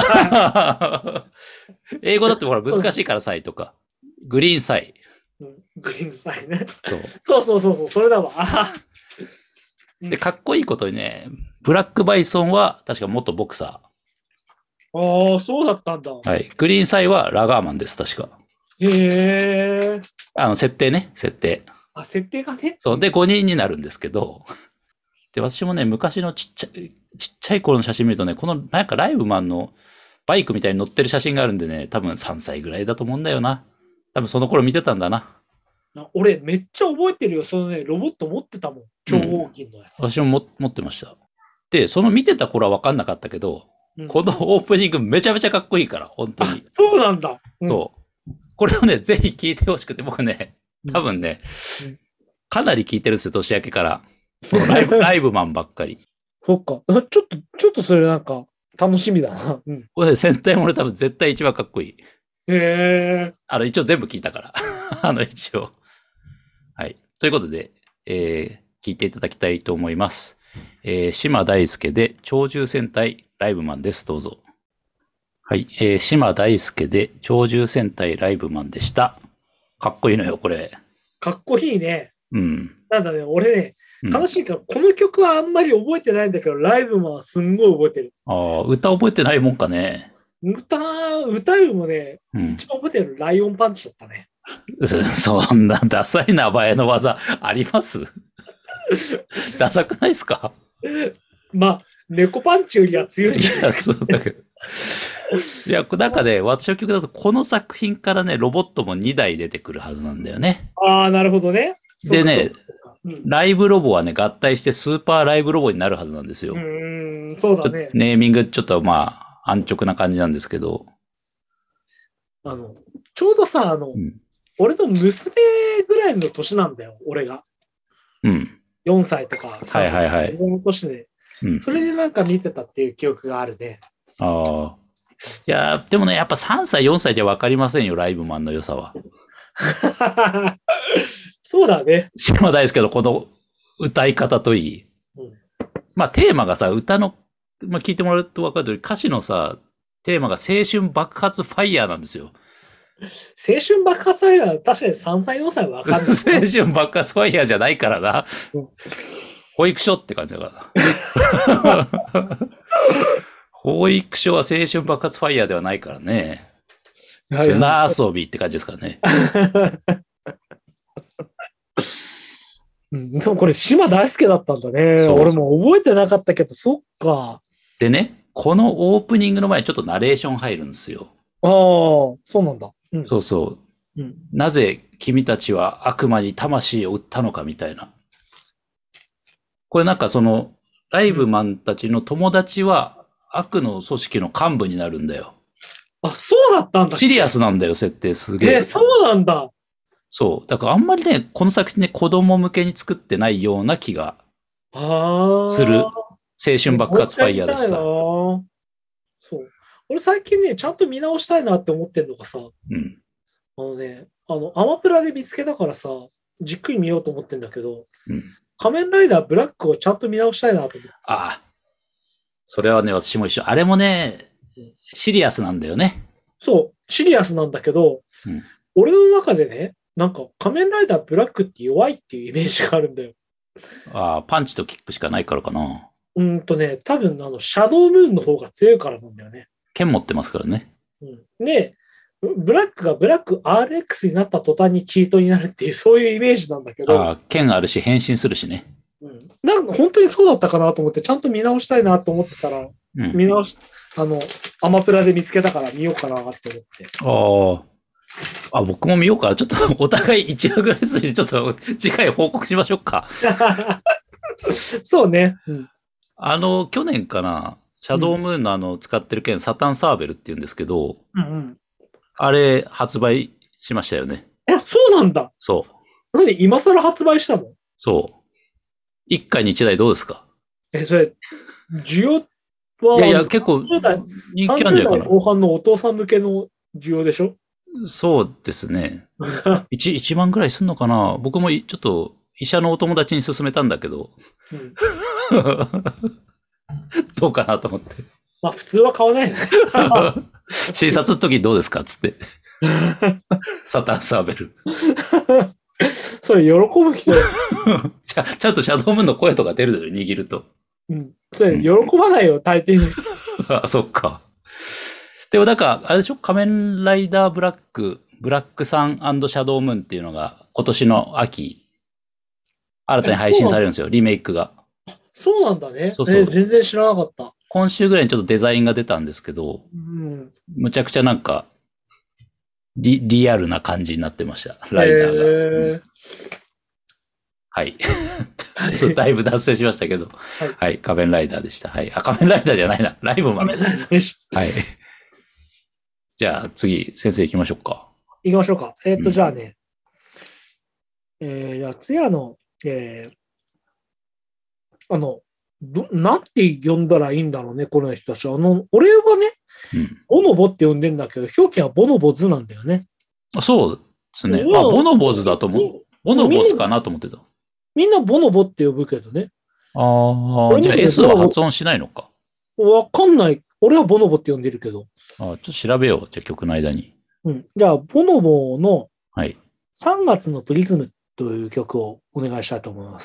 英語だってほら難しいからサイとか、グリーンサイ。 グリーンサイね。そう、それだわ。 で、かっこいいことにね、ブラックバイソンは確か元ボクサー。 ああ、そうだったんだ。 はい。グリーンサイはラガーマンです、確か。 へえ。 設定ね、設定。 あ、設定がね。 そう。で、5人になるんですけど、で、私もね、昔のちっちゃい頃の写真見るとね、このなんかライブマンのバイクみたいに乗ってる写真があるんでね、多分3歳ぐらいだと思うんだよな。多分その頃見てたんだな。 俺、めっちゃ覚えてるよ。そのね、ロボット持ってたもん。超合金のやつ。 私も持ってました。で、その見てた頃は分かんなかったけど、このオープニングめちゃめちゃかっこいいから、本当に。 そうなんだ。 そう。これをね、ぜひ聞いてほしくて、僕ね、多分ね、かなり聞いてるんですよ、年明けから。このライブマンばっかり。 そっか。ちょっとそれなんか、楽しみだな。 これね、戦隊もね、多分絶対一番かっこいい。 へえ。 一応全部聞いたから。一応。はい。ということで、聞いていただきたいと思います。島大輔で鳥獣戦隊ライブマンです。どうぞ。はい。島大輔で鳥獣戦隊ライブマンでした。かっこいいのよ、これ。 かっこいいね。 うん。 なんだね、俺ね、悲しいから、この曲はあんまり覚えてないんだけど、ライブマンはすんごい覚えてる。 ああ、歌覚えてないもんかね。 歌よりもね、一番覚えてるライオンパンチだったね。 そんなダサい名前の技ありますダサくないですか？ まあ、猫パンチよりは強いじゃない。 いや、そうだけど。いや、なんかね、私の曲だとこの作品からね、ロボットも2台出てくるはずなんだよね。 ああ、なるほどね。 でね、ライブロボはね、合体してスーパーライブロボになるはずなんですよ。 そうだね。 ネーミングちょっとまあ、安直な感じなんですけど。 ちょうどさ、俺の娘ぐらいの年なんだよ、俺が。 うん。 4歳とか、 はいはいはい。 子供の年で、それでなんか見てたっていう記憶があるね。 ああ。いや、でもね、やっぱ3歳、4歳じゃ分かりませんよ、ライブマンの良さは。 そうだね。 島大輔のこの歌い方といい。まあテーマがさ、歌の、まあ聞いてもらうと分かる通り、歌詞のさ、テーマが青春爆発ファイヤーなんですよ。 青春爆発ファイヤー、確かに3歳、4歳は分かんない。 青春爆発ファイヤーじゃないからな。保育所って感じだからな。保育所は青春爆発ファイヤーではないからね。砂遊びって感じですからね。 でもこれ島大輔だったんだね。俺も覚えてなかったけど、そっか。 でね、このオープニングの前にちょっとナレーション入るんですよ。 ああ、そうなんだ。 そうそう。なぜ君たちは悪魔に魂を売ったのかみたいな。これなんかその、ライブマンたちの友達は悪の組織の幹部になるんだよ。 あ、そうだったんだ。 シリアスなんだよ、設定すげえ。 そうなんだ。 そう。だからあんまりね、この作品ね、子供向けに作ってないような気がする。青春爆発ファイヤーでした。 そう。俺最近ね、ちゃんと見直したいなって思ってるのがさ、アマプラで見つけたからさ、じっくり見ようと思ってるんだけど、仮面ライダーブラックをちゃんと見直したいなと思って。 ああ。それはね、私も一緒。あれもね、シリアスなんだよね。 そう、シリアスなんだけど、俺の中でね、なんか仮面ライダーブラックって弱いっていうイメージがあるんだよ。 ああ、パンチとキックしかないからかな。 多分シャドームーンの方が強いからなんだよね。 剣持ってますからね。 で、ブラックがブラック RX になった途端にチートになるっていう、そういうイメージなんだけど。 ああ、剣あるし変身するしね。 なんか本当にそうだったかなと思って、ちゃんと見直したいなと思ってたら、見直し、アマプラで見つけたから見ようかなって思って。 僕も見ようかな。ちょっとお互い1話ぐらいずつでちょっと次回報告しましょうか。 そうね。 去年かな、シャドームーンの使ってる剣、サタンサーベルって言うんですけど、あれ発売しましたよね。 そうなんだ。 そう。 何今更発売したの？ そう。一回に一台どうですか？ それ、需要は、 いや、結構人気あるんじゃないかな。 30代後半のお父さん向けの需要でしょ？ そうですね。1万ぐらいすんのかな。僕もちょっと医者のお友達に勧めたんだけど、どうかなと思って。 まあ普通は買わないね。 診察の時どうですかつって。サタンサーベル。 それ喜ぶ人。 ちゃんとシャドームーンの声とか出るのよ、握ると。 それ喜ばないよ、大抵に。 あ、そっか。でもなんか、あれでしょ？仮面ライダーブラックサン&シャドームーンっていうのが今年の秋、新たに配信されるんですよ、リメイクが。 そうなんだね。 そうそう。 全然知らなかった。 今週ぐらいにちょっとデザインが出たんですけど、むちゃくちゃなんか、リアルな感じになってました。ライダーが。はい。ちょっとだいぶ脱線しましたけど、はい、仮面ライダーでした。はい。仮面ライダーじゃないな。ライブマン。はい。じゃあ次、先生行きましょうか。 行きましょうか。じゃあね、じゃあ次なんて呼んだらいいんだろうね、この人たち。俺はね、ボノボって呼んでんだけど、表記はボノボズなんだよね。 そうですね。ボノボズだと思う。ボノボスかなと思ってた。 みんなボノボって呼ぶけどね。 じゃあ S は発音しないのか。 わかんない。俺はボノボって呼んでるけど。 ちょっと調べよう。じゃあ曲の間に。 じゃあ、ボノボの 3 月のプリズムという曲をお願いしたいと思います。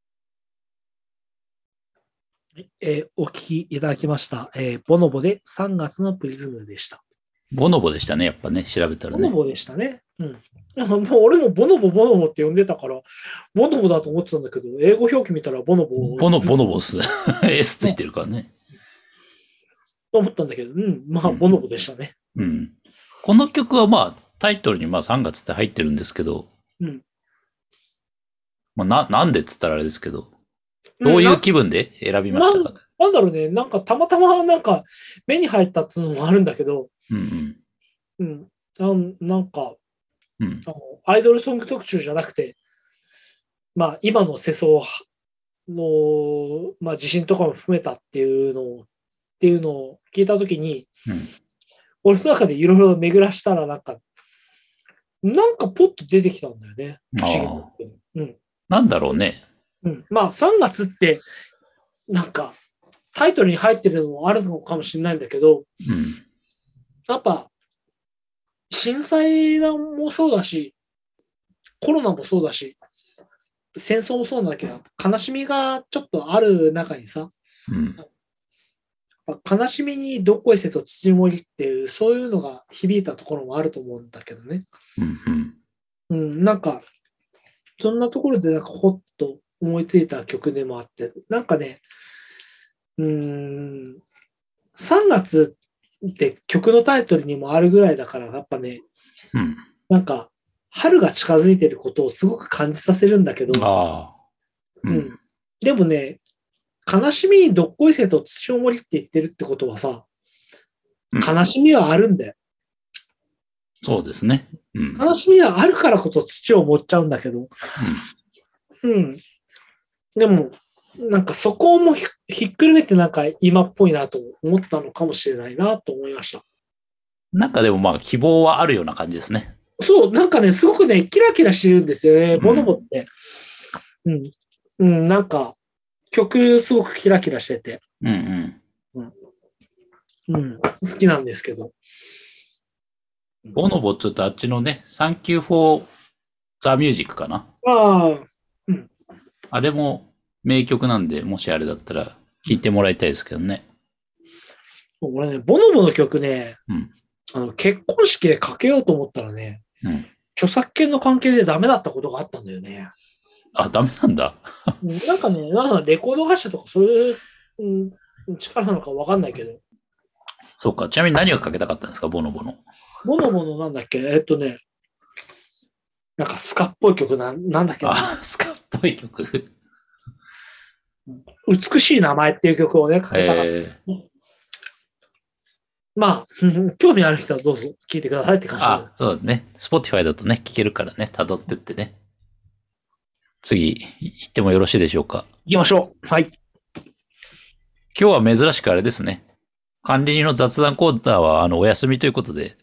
お聴きいただきました。ボノボで3月のプリズムでした。 ボノボでしたね、やっぱね、調べたらね。 ボノボでしたね。もう俺もボノボって呼んでたから、ボノボだと思ってたんだけど、英語表記見たらボノボ。 ボノボス。S ついてるからね。 と思ったんだけど、ボノボでしたね。 この曲はタイトルに3月って入ってるんですけど、なんでっつったらあれですけど、どういう気分で選びましたか？ なんだろうね、なんかたまたま目に入ったっていうのもあるんだけど、なんか、アイドルソング特集じゃなくて、今の世相の、地震とかも含めたっていうのを聞いたときに、俺の中でいろいろ巡らしたらなんかポッと出てきたんだよね。不思議に。 なんだろうね。 3月って、なんか、タイトルに入ってるのもあるのかもしれないんだけど、やっぱ、震災もそうだし、コロナもそうだし、戦争もそうなんだけど、悲しみがちょっとある中にさ、悲しみにどっこいせと土盛りっていう、そういうのが響いたところもあると思うんだけどね。なんか、そんなところでほっと思いついた曲でもあって、なんかね、3月って曲のタイトルにもあるぐらいだから、やっぱね、なんか、春が近づいてることをすごく感じさせるんだけど、でもね、悲しみにどっこいせと土を盛りって言ってるってことはさ、悲しみはあるんだよ。 そうですね。 悲しみはあるからこそ土を盛っちゃうんだけど、でも、なんかそこもひっくるめてなんか今っぽいなと思ったのかもしれないなと思いました。 なんかでも希望はあるような感じですね。 そう、なんかね、すごくね、キラキラしてるんですよね、ボノボって。なんか、曲すごくキラキラしてて。好きなんですけど。 ボノボって言うとあっちのね、Thank You for the Music かな。あれも名曲なんで、もしあれだったら聴いてもらいたいですけどね。 俺ね、ボノボの曲ね、結婚式でかけようと思ったらね、著作権の関係でダメだったことがあったんだよね。 ダメなんだ。 なんかね、レコード会社とかそういう、力なのかわかんないけど。 そうか。ちなみに何をかけたかったんですか、ボノボの。 ボノボのなんだっけ、なんかスカっぽい曲なんだっけ。 スカっぽい曲。 美しい名前っていう曲をね、かけたかった。興味ある人はどうぞ聴いてくださいって感じです。 そうね。Spotify だとね、聴けるからね、辿ってってね。次、行ってもよろしいでしょうか。 行きましょう。はい。 今日は珍しくあれですね。管理人の雑談コーナーはお休みということで。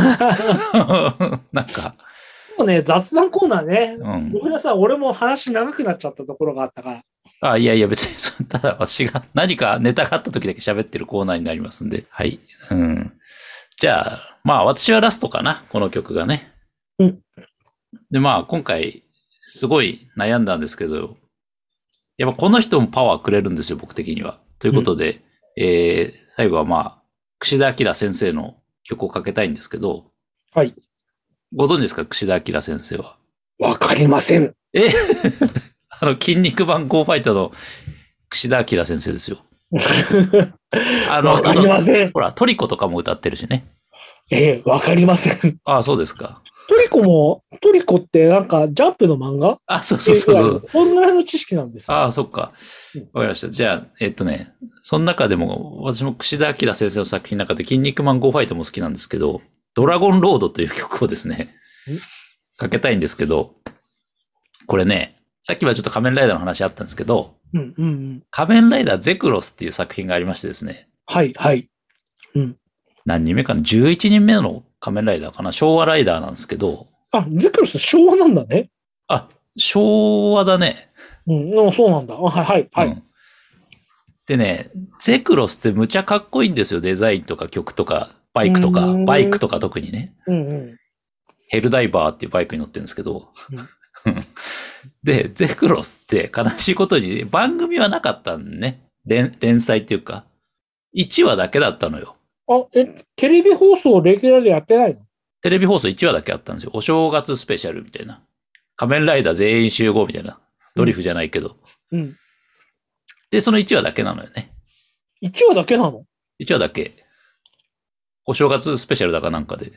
なんか。 もうね、雑談コーナーね。ごめんなさい、俺も話長くなっちゃったところがあったから。 いや別に、ただ私が何かネタがあった時だけ喋ってるコーナーになりますんで。はい。じゃあ、私はラストかな、この曲がね。で、今回、すごい悩んだんですけど、やっぱこの人もパワーくれるんですよ、僕的には。ということで、最後は櫛田明先生の曲をかけたいんですけど、 はい。 ご存知ですか、櫛田明先生は。 わかりません。 筋肉版ゴーファイトの櫛田明先生ですよ。 わかりません。 ほら、トリコとかも歌ってるしね。 わかりません。 ああ、そうですか。 トリコってなんかジャンプの漫画あ、そうそうそう。 こんぐらいの知識なんです。 ああ、そっか。わかりました。じゃあ、その中でも、私も串田明先生の作品の中で、筋肉マンゴーファイトも好きなんですけど、ドラゴンロードという曲をですね、かけたいんですけど、これね、さっきはちょっと仮面ライダーの話あったんですけど、仮面ライダーゼクロスっていう作品がありましてですね。 はい、はい。 何人目かな ?11 人目の仮面ライダーかな昭和ライダーなんですけど。 あ、ゼクロス昭和なんだね。 あ、昭和だね。 そうなんだ。はい、はい、はい。 でね、ゼクロスってむちゃかっこいいんですよ。デザインとか曲とか、バイクとか、バイクとか特にね。ヘルダイバーっていうバイクに乗ってるんですけど。で、ゼクロスって悲しいことに番組はなかったんね。連載っていうか。1話だけだったのよ。 テレビ放送レギュラーでやってないの？ テレビ放送1話だけあったんですよ。お正月スペシャルみたいな。仮面ライダー全員集合みたいな。ドリフじゃないけど。で、その1話だけなのよね。 1話だけなの？ 1話だけ。お正月スペシャルだかなんかで。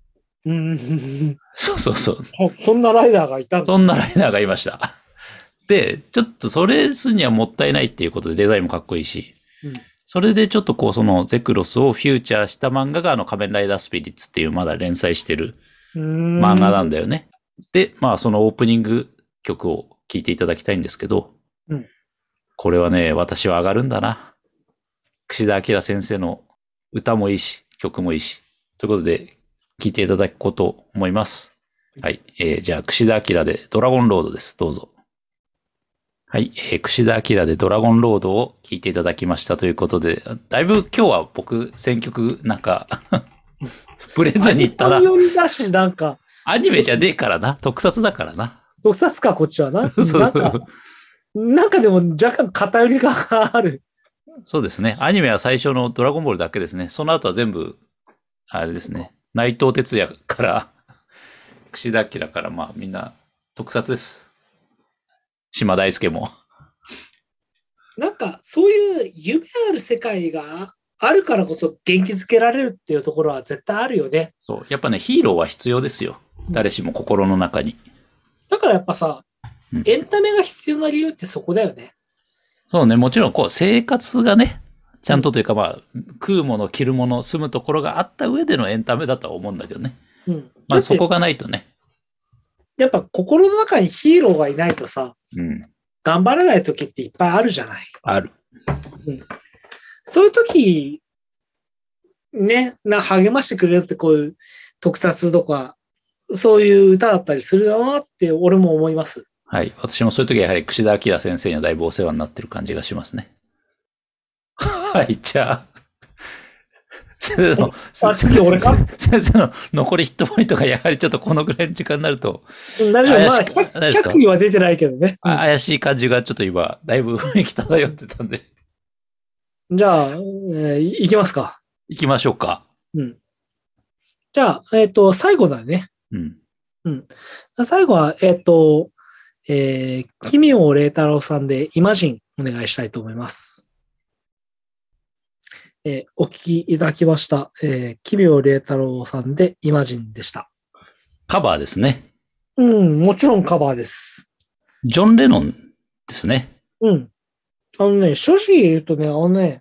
そうそうそう。 そんなライダーがいたの？ そんなライダーがいました。で、ちょっとそれすにはもったいないっていうことでデザインもかっこいいし。それでちょっとそのゼクロスをフューチャーした漫画が仮面ライダースピリッツっていうまだ連載してる漫画なんだよね。で、そのオープニング曲を聴いていただきたいんですけど、これはね、私は上がるんだな。串田明先生の歌もいいし、曲もいいし。ということで、聴いていただこうと思います。はい。じゃあ、串田明でドラゴンロードです。どうぞ。はい。串田明でドラゴンロードを聴いていただきましたということで、だいぶ今日は僕、選曲なんか、ブレずにいったな。アニメじゃねえからな。特撮だからな。 特撮か、こっちはな。なんかでも若干偏りがある。 そうですね。アニメは最初のドラゴンボールだけですね。その後は全部、あれですね。内藤哲也から、串田明からみんな特撮です。島大輔も。 なんかそういう夢ある世界があるからこそ元気づけられるっていうところは絶対あるよね。 そう。やっぱね、ヒーローは必要ですよ。誰しも心の中に。 だからやっぱさ、エンタメが必要な理由ってそこだよね。 そうね。もちろん生活がね、ちゃんとというか食うもの、着るもの、住むところがあった上でのエンタメだとは思うんだけどね。そこがないとね。 やっぱ心の中にヒーローがいないとさ、頑張れない時っていっぱいあるじゃない。 ある。 そういう時、ね、励ましてくれるってこういう特撮とか、そういう歌だったりするなって俺も思います。 はい。私もそういう時はやはり串田明先生にはだいぶお世話になってる感じがしますね。はい、じゃあ。 次俺か？ 先生の残りヒットポイントがやはりちょっとこのぐらいの時間になると。 大丈夫。100には出てないけどね。 怪しい感じがちょっと今、だいぶ雰囲気漂ってたんで。 じゃあ、行きますか。 行きましょうか。 じゃあ、最後だね。最後は、奇妙麗太郎さんでイマジンお願いしたいと思います。お聞きいただきました。奇妙麗太郎さんでイマジンでした。 カバーですね。 もちろんカバーです。 ジョン・レノンですね。 正直言うとね、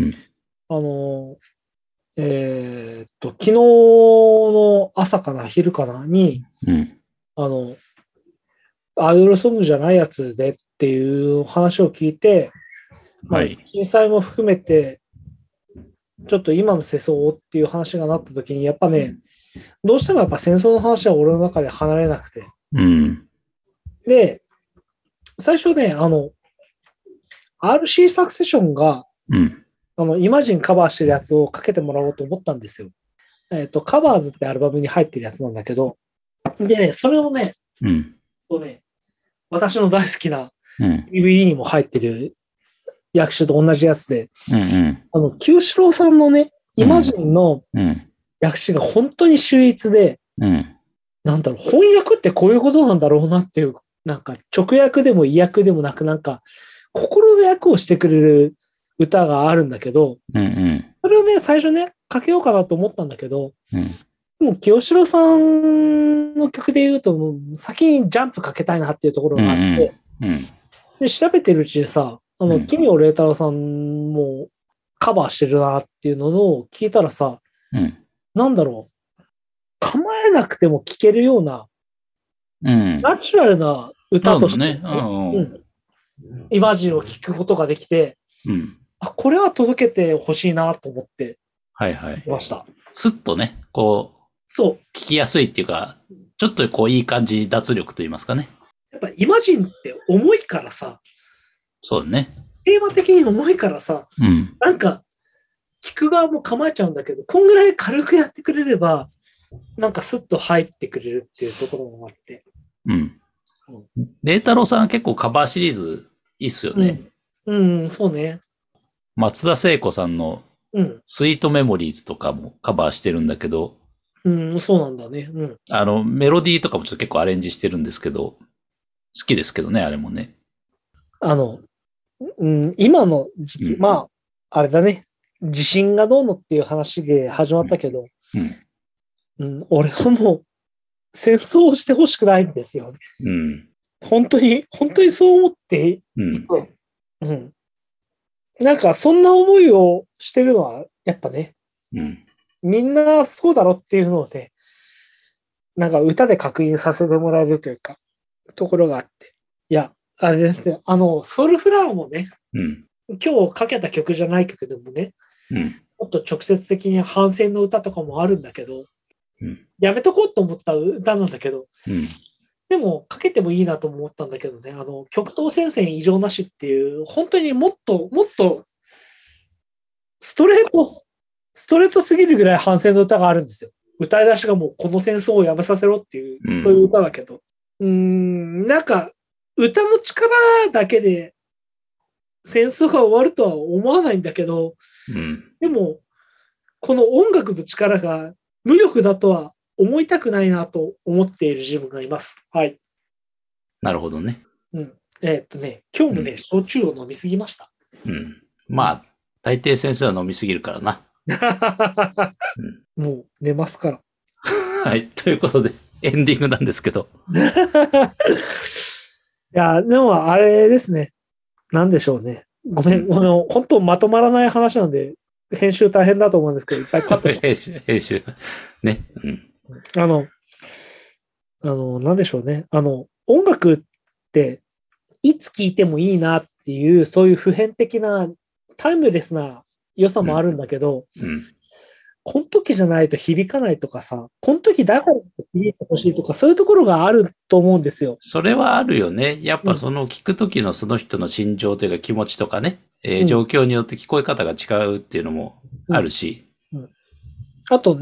昨日の朝かな、昼かなに、アイドルソングじゃないやつでっていう話を聞いて、震災も含めて、ちょっと今の世相をっていう話がなった時に、やっぱね、どうしてもやっぱ戦争の話は俺の中で離れなくて。で、最初ね、RC サクセションが、イマジンカバーしてるやつをかけてもらおうと思ったんですよ。カバーズってアルバムに入ってるやつなんだけど、でね、それをね、私の大好きな DVD にも入ってる役者と同じやつで、清志郎さんのね、イマジンの役者が本当に秀逸で、なんだろう、翻訳ってこういうことなんだろうなっていう、なんか直訳でも意訳でもなく、なんか心の役をしてくれる歌があるんだけど、 うんうん、 それをね、最初ね、かけようかなと思ったんだけど、 うん、 もう清志郎さんの曲で言うと、もう先にジャンプかけたいなっていうところがあって、 うんうんうん、 で、調べてるうちにさ、奇妙麗太郎さんもカバーしてるなっていうのを聞いたらさ、 うん、 なんだろう、構えなくても聴けるような、 うん、 ナチュラルな歌として、イマジンを聴くことができて、 うん、 これは届けてほしいなと思ってはいはい。 ました。 スッとね、こう、 そう。 聞きやすいっていうか、ちょっとこういい感じ、脱力と言いますかね。 やっぱイマジンって重いからさ、 そうだね。 テーマ的に重いからさ、 うん、 なんか、聞く側も構えちゃうんだけど、こんぐらい軽くやってくれれば、なんかスッと入ってくれるっていうところもあって。 うん。麗太郎さんは結構カバーシリーズいいっすよね。 うん、そうね。 松田聖子さんのスイートメモリーズとかもカバーしてるんだけど、 そうなんだね。 メロディーとかもちょっと結構アレンジしてるんですけど、好きですけどね、あれもね。 今の時期、まあ、あれだね。地震がどうのっていう話で始まったけど、俺はもう戦争をしてほしくないんですよね。本当にそう思っていて、なんかそんな思いをしてるのは、やっぱね、みんなそうだろっていうのをね、なんか歌で確認させてもらえるというか、ところがあって。いや、あれですね、ソウルフラワーもね、今日かけた曲じゃない曲でもね、もっと直接的に反戦の歌とかもあるんだけど、やめとこうと思った歌なんだけど、でもかけてもいいなと思ったんだけどね、極東戦線異常なしっていう、本当にもっとストレートすぎるぐらい反戦の歌があるんですよ。歌い出しがもうこの戦争をやめさせろっていう、そういう歌だけど。なんか、歌の力だけで戦争が終わるとは思わないんだけど、でも、この音楽の力が無力だとは思いたくないなと思っている自分がいます。はい。 なるほどね。 今日もね、焼酎を飲みすぎました。 まあ、大抵先生は飲みすぎるからな。 もう寝ますから。 はい。ということで、エンディングなんですけど。 いや、でもあれですね。なんでしょうね。ごめん、本当まとまらない話なんで、編集大変だと思うんですけど、いっぱいカットして編集。ね。 なんでしょうね。音楽って、いつ聴いてもいいなっていう、そういう普遍的な、タイムレスな良さもあるんだけど、この時じゃないと響かないとかさ、この時だから響いてほしいとか、そういうところがあると思うんですよ。 それはあるよね。やっぱその聞く時のその人の心情というか気持ちとかね、状況によって聞こえ方が違うっていうのもあるし。 あと、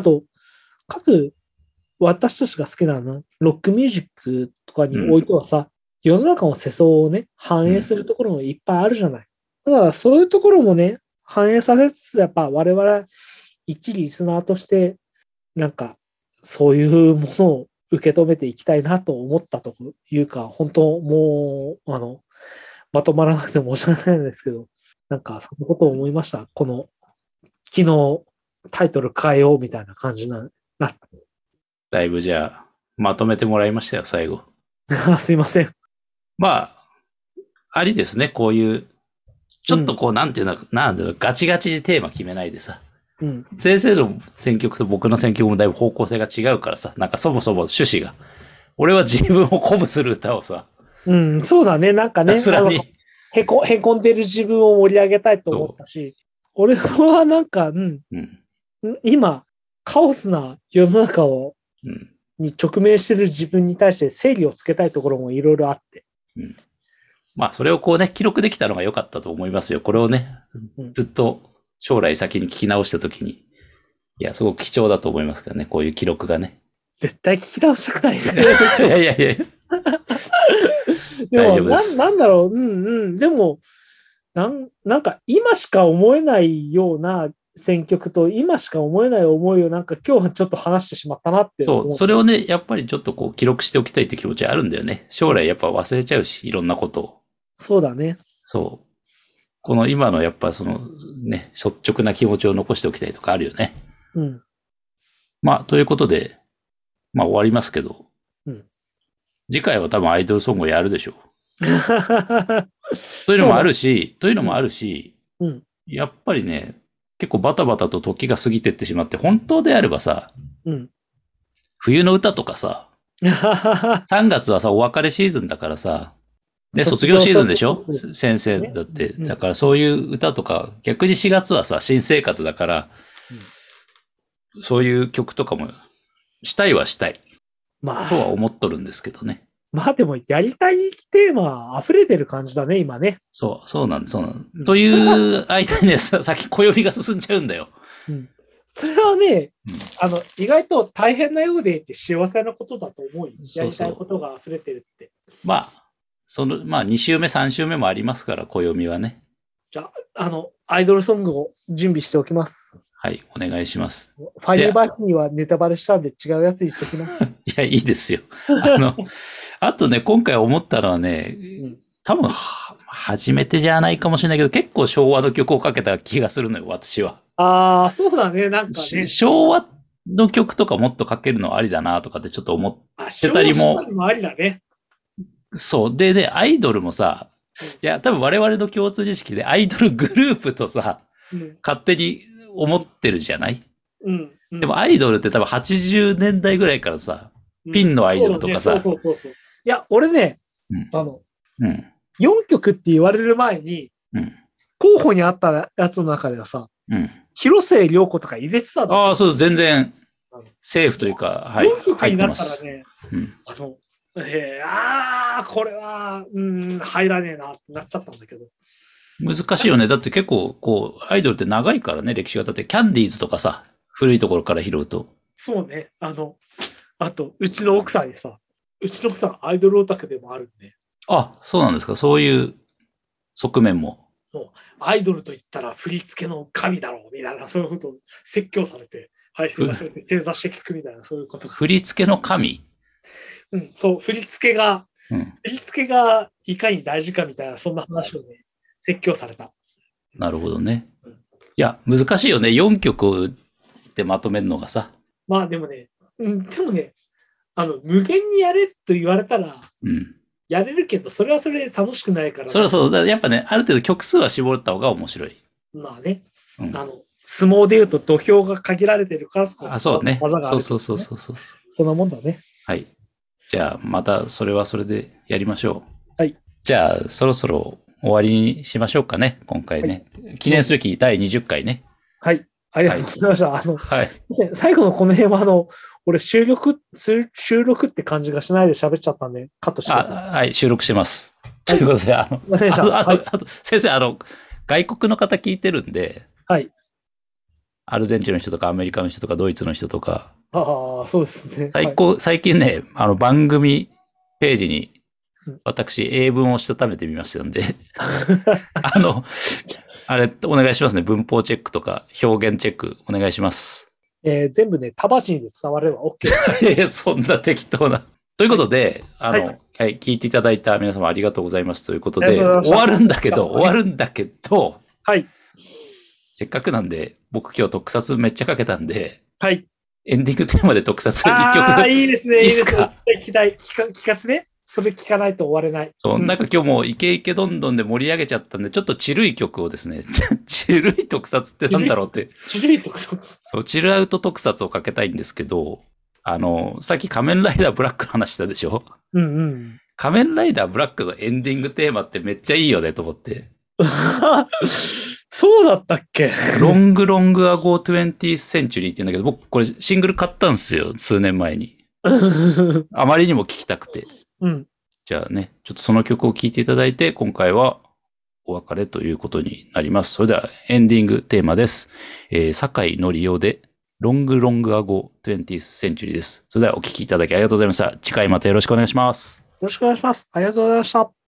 私たちが好きなロックミュージックとかにおいてはさ、世の中の世相をね、反映するところもいっぱいあるじゃない。だからそういうところもね、反映させつつ、やっぱ我々、一リスナーとして、なんか、そういうものを受け止めていきたいなと思ったというか、本当もう、まとまらなくて申し訳ないんですけど、なんか、そのことを思いました。昨日、タイトル変えようみたいな感じな。 だいぶじゃあ、まとめてもらいましたよ、最後。 すいません。 まあ、ありですね、こういう、ちょっとこう、なんていうの、ガチガチでテーマ決めないでさ。先生の選曲と僕の選曲もだいぶ方向性が違うからさ、なんかそもそも趣旨が。俺は自分を鼓舞する歌をさ。 そうだね、なんかね、へこんでる自分を盛り上げたいと思ったし、俺はなんか、今、カオスな世の中に直面してる自分に対して整理をつけたいところもいろいろあって。 まあ、それをこうね、記録できたのが良かったと思いますよ。これをね、ずっと将来先に聞き直したときに。いや、すごく貴重だと思いますからね、こういう記録がね。 絶対聞き直したくないですね。 いやいやいや。大丈夫です。 なんだろう、でも、なんか今しか思えないような選曲と今しか思えない思いをなんか今日はちょっと話してしまったなって。 そう、それをね、やっぱりちょっとこう記録しておきたいって気持ちあるんだよね。将来やっぱ忘れちゃうし、いろんなことを。 そうだね。 そう。 この今のやっぱそのね、率直な気持ちを残しておきたいとかあるよね。 うん。 まあ、ということで、まあ終わりますけど、うん、次回は多分アイドルソングをやるでしょう。というのもあるし、うん、やっぱりね、結構バタバタと時が過ぎてってしまって、本当であればさ、うん、冬の歌とかさ、3月はさ、お別れシーズンだからさ、で、卒業シーズンでしょ先生だって。だからそういう歌とか、逆に4月はさ、新生活だから、そういう曲とかも、したいはしたい。まあ。とは思っとるんですけどね。 まあでも、やりたいテーマ溢れてる感じだね、今ね。 そうなんです。という間にね、さっき暦が進んじゃうんだよ。 それはね、意外と大変なようでいて幸せなことだと思うよ。やりたいことが溢れてるって。 まあ、2週目、3週目もありますから、暦はね。 じゃあ、アイドルソングを準備しておきます。 はい、お願いします。 ファイルバーキにはネタバレしたんで違うやつにしておきます。 いや、いいですよ。あとね、今回思ったのはね、多分、初めてじゃないかもしれないけど、結構昭和の曲をかけた気がするのよ、私は。 ああ、そうだね、なんかね。 昭和の曲とかもっとかけるのありだなとかってちょっと思ってたりも。 昭和もありだね。 そう。でね、アイドルもさ、いや、多分我々の共通知識でアイドルグループとさ、勝手に思ってるじゃない？でもアイドルって多分80年代ぐらいからさ、ピンのアイドルとかさ。 そう。いや、俺ね、4曲って言われる前に、候補にあったやつの中ではさ、広末涼子とか入れてたの。 ああ、そう、全然、セーフというか、はい、 入ってます。ね、これは、入らねえなってなっちゃったんだけど。 難しいよね。だって結構、アイドルって長いからね、歴史が。だって、キャンディーズとかさ、古いところから拾うと。 そうね。あと、うちの奥さんアイドルオタクでもあるんで。 あ、そうなんですか。そういう側面も。 アイドルと言ったら振り付けの神だろう、みたいな、そういうことを説教されて、はい、すいませんって正座して聞くみたいな、そういうこと。 振り付けの神？ そう、振り付けがいかに大事かみたいな、そんな話をね、説教された。 なるほどね。いや、難しいよね。4曲でまとめるのがさ。 まあでもね、無限にやれと言われたら、やれるけど、それはそれで楽しくないから、ね。 そう。やっぱね、ある程度曲数は絞った方が面白い。 まあね。相撲で言うと土俵が限られてるから、 そうね。技がある、ね。そう。 そんなもんだね。 はい。じゃあ、またそれはそれでやりましょう。 はい。 じゃあ、そろそろ終わりにしましょうかね、今回ね。はい、記念すべき第20回ね。 はい。ありがとうございました。はい。最後のこの辺は、俺収録って感じがしないで喋っちゃったんで、カットしてください。 はい、収録してます。ということで、あと、先生、外国の方聞いてるんで、 はい。 アルゼンチンの人とかアメリカの人とかドイツの人とか。 ああ、そうですね。 最近ね、番組ページに、私、英文をしたためてみましたんで、あれ、お願いしますね。文法チェックとか、表現チェック、お願いします。 全部ね、魂で伝われば OK。 そんな適当な。ということで、はい、聞いていただいた皆様ありがとうございますということで、終わるんだけど、 はい。 せっかくなんで、僕今日特撮めっちゃかけたんで、 はい。 エンディングテーマで特撮1曲。 いいですね。 いいですか？ 聞かせね。それ聞かないと終われない。 そう、なんか今日もイケイケどんどんで盛り上げちゃったんで、ちょっとチルい曲をですね、チルい特撮ってなんだろうって。 チルい特撮？ そう、チルアウト特撮をかけたいんですけど、さっき仮面ライダーブラックの話したでしょ？仮面ライダーブラックのエンディングテーマってめっちゃいいよねと思って。 そうだったっけ？ ロングロングアゴー 20th Century って言うんだけど、僕これシングル買ったんですよ、数年前に。あまりにも聴きたくて。じゃあね、ちょっとその曲を聴いていただいて、今回はお別れということになります。それではエンディングテーマです。酒井のりおで、ロングロングアゴ 20th Century です。それではお聴きいただきありがとうございました。次回またよろしくお願いします。 よろしくお願いします。ありがとうございました。